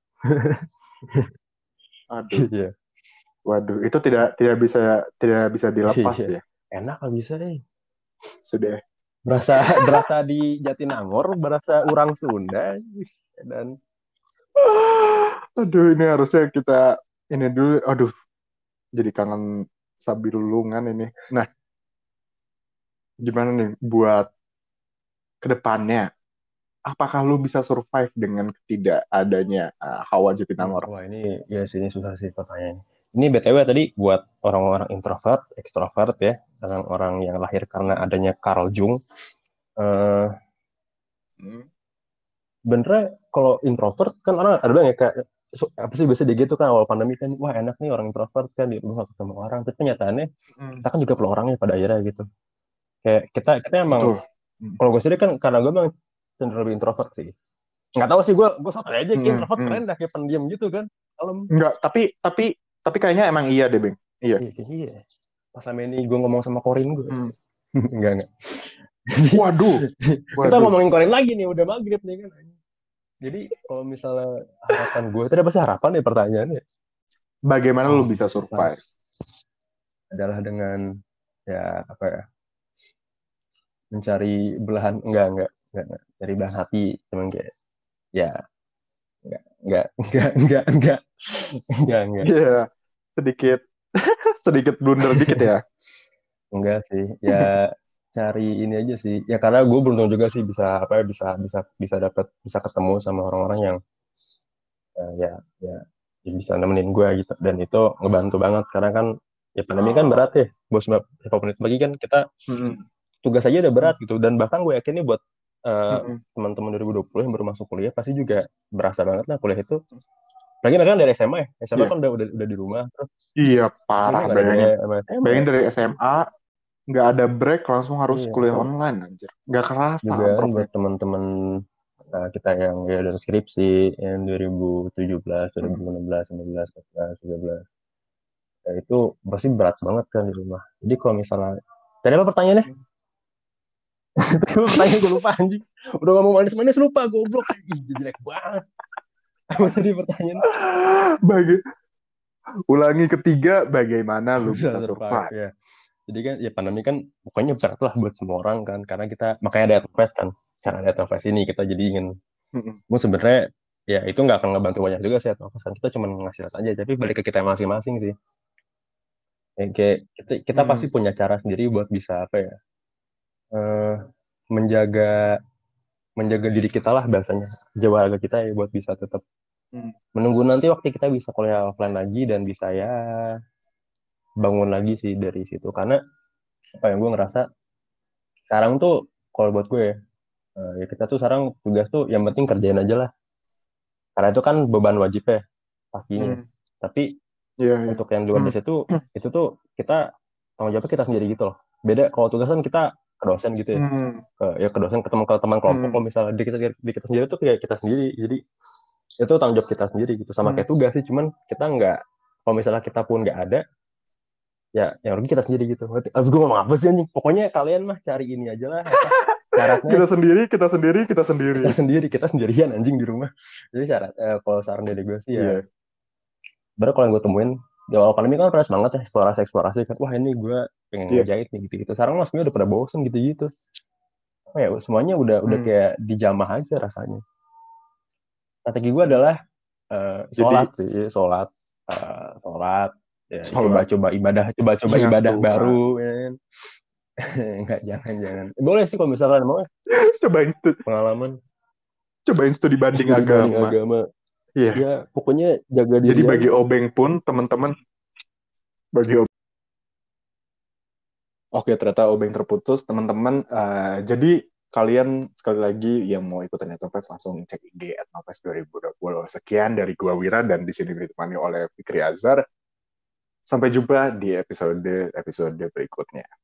Aduh, Iya. waduh, itu tidak bisa dilepas Iya, ya. enak lah bisa Sudah. berasa berasa di Jatinangor, berasa orang Sunda, dan Aduh, ini harusnya kita ini dulu. Aduh, jadi kangen Sabilulungan ini. Nah, gimana nih buat kedepannya? Apakah lu bisa survive dengan tidak adanya hawa Jatinangor? wah ini ya sih, ini susah sih pertanyaan. Ini BTW tadi buat orang-orang introvert, ekstrovert ya, orang-orang yang lahir karena adanya Carl Jung. Eh, Hmm, Benernya kalau introvert kan orang ada bilang ya kayak, apa sih biasa dia gitu kan awal pandemi kan, wah enak nih orang introvert kan di rumah ketemu orang, tapi kenyataannya hmm, kita kan juga perlu orangnya pada akhirnya gitu. Kayak kita emang, betul. Hmm, kalau gue sendiri kan karena gue emang cenderung lebih introvert sih. Nggak tahu sih, gue sotoy aja kayak hmm, introvert hmm. keren dah, kayak pendiam gitu kan, kalem. Enggak, tapi kayaknya emang iya deh, Bang. Iya. Iya, iya. Pas sama ini gue ngomong sama Korin gue, Hmm. Enggak. Jadi, Waduh, kita waduh. ngomongin Korea lagi nih, udah maghrib nih kan. Jadi kalau misalnya harapan gue, tadi apa sih harapan nih pertanyaannya? Bagaimana lu Oh, bisa harapan survive? adalah dengan ya apa ya, mencari belahan enggak, cari belahan hati, cuman kayak ya enggak Iya, sedikit sedikit blunder dikit ya. enggak sih, ya cari ini aja sih, ya karena gue beruntung juga sih bisa apa ya, bisa dapat, bisa ketemu sama orang-orang yang ya ya yang bisa nemenin gue gitu, dan itu ngebantu banget karena kan ya pandemi kan berat ya, bos beberapa menit lagi kan kita Mm-mm. tugas aja udah berat gitu, dan bahkan gue yakin nih buat Mm-mm. teman-teman 2020 yang baru masuk kuliah pasti juga berasa banget lah kuliah itu. Lagi kan dari SMA ya, SMA Iya, kan udah di rumah, terus iya mereka parah nggak ada bayangin. biaya sama SMA. Bayangin dari SMA nggak ada break langsung harus Iya, kuliah kan online anjir. Nggak kerasa juga kan amproknya. buat teman-teman kita yang ya dari skripsi yang 2017, 2016, 19, 14, 13, ya itu pasti berat banget kan di rumah. Jadi kalau misalnya tadi apa pertanyaannya? Tadi apa pertanyaan, gue lupa anjing. Udah ngomong manis-manis lupa, goblok. Ih, jelek banget. Apa tadi pertanyaan? Bagi ulangi ketiga, bagaimana lu Bisa bisa survive survive? ya. Jadi kan ya pandemi kan pokoknya berat lah buat semua orang kan, karena kita makanya ada Advest kan. Karena ada Advest ini kita jadi ingin, Mm-mm. mau sebenarnya ya itu nggak akan ngebantu banyak juga sih Advest kan. Kita cuma ngasih lihat aja, tapi balik ke kita masing-masing sih. Ya, kayak kita pasti Mm. punya cara sendiri buat bisa apa ya, eh, menjaga menjaga diri kita lah bahasanya, jaga kita ya buat bisa tetap Mm. menunggu nanti waktu kita bisa kuliah offline lagi dan bisa ya bangun lagi sih dari situ. Karena apa yang gue ngerasa sekarang tuh kalau buat gue ya, ya kita tuh sekarang tugas tuh yang penting kerjain aja lah, karena itu kan beban wajib ya pastinya. Mm. Tapi Iya, iya. untuk yang di luar dari situ, itu tuh kita tanggung jawabnya kita sendiri gitu loh. Beda kalau tugas kan kita ke dosen gitu ya, Mm. ke dosen, ketemu ke teman kelompok. Kalau Mm. misalnya di kita sendiri tuh kayak kita sendiri, jadi itu tanggung jawab kita sendiri gitu, sama Mm. kayak tugas sih, cuman kita nggak, kalau misalnya kita pun nggak ada, ya yang rugi kita sendiri gitu. Gue ngomong apa sih anjing, pokoknya kalian mah cari ini aja lah apa syaratnya. Kita sendiri, kita sendiri, kita kita sendiri. sendiri kita sendirian anjing di rumah. Jadi syarat, kalau saran dari gue sih ya, Iya. baru kalau yang gue temuin di awal pandemi kan fresh banget ya, eksplorasi eksplorasi kan, wah ini gue pengen Iya. ngejahit nih gitu gitu. Sekarang mas udah pada bosen gitu gitu. Oh ya semuanya udah Mm. kayak dijamah aja rasanya. Strategi gue adalah sholat Jadi, sih, sholat ya, sholat. coba-coba Ya ibadah Tuhan. baru kan. Enggak, jangan boleh sih kalau misalkan mau Cobain, pengalaman cobain studi banding studi banding agama. agama, Iya. ya pokoknya jaga Jadi diri bagi aja. obeng pun, teman-teman, bagi obeng. Oke, ternyata obeng terputus, teman-teman. Jadi, kalian sekali lagi yang mau ikutan Etnofest langsung cek IG Etnofest 2020. Sekian dari gua Wira dan di sini ditemani oleh Fikri Azhar. Sampai jumpa di episode berikutnya.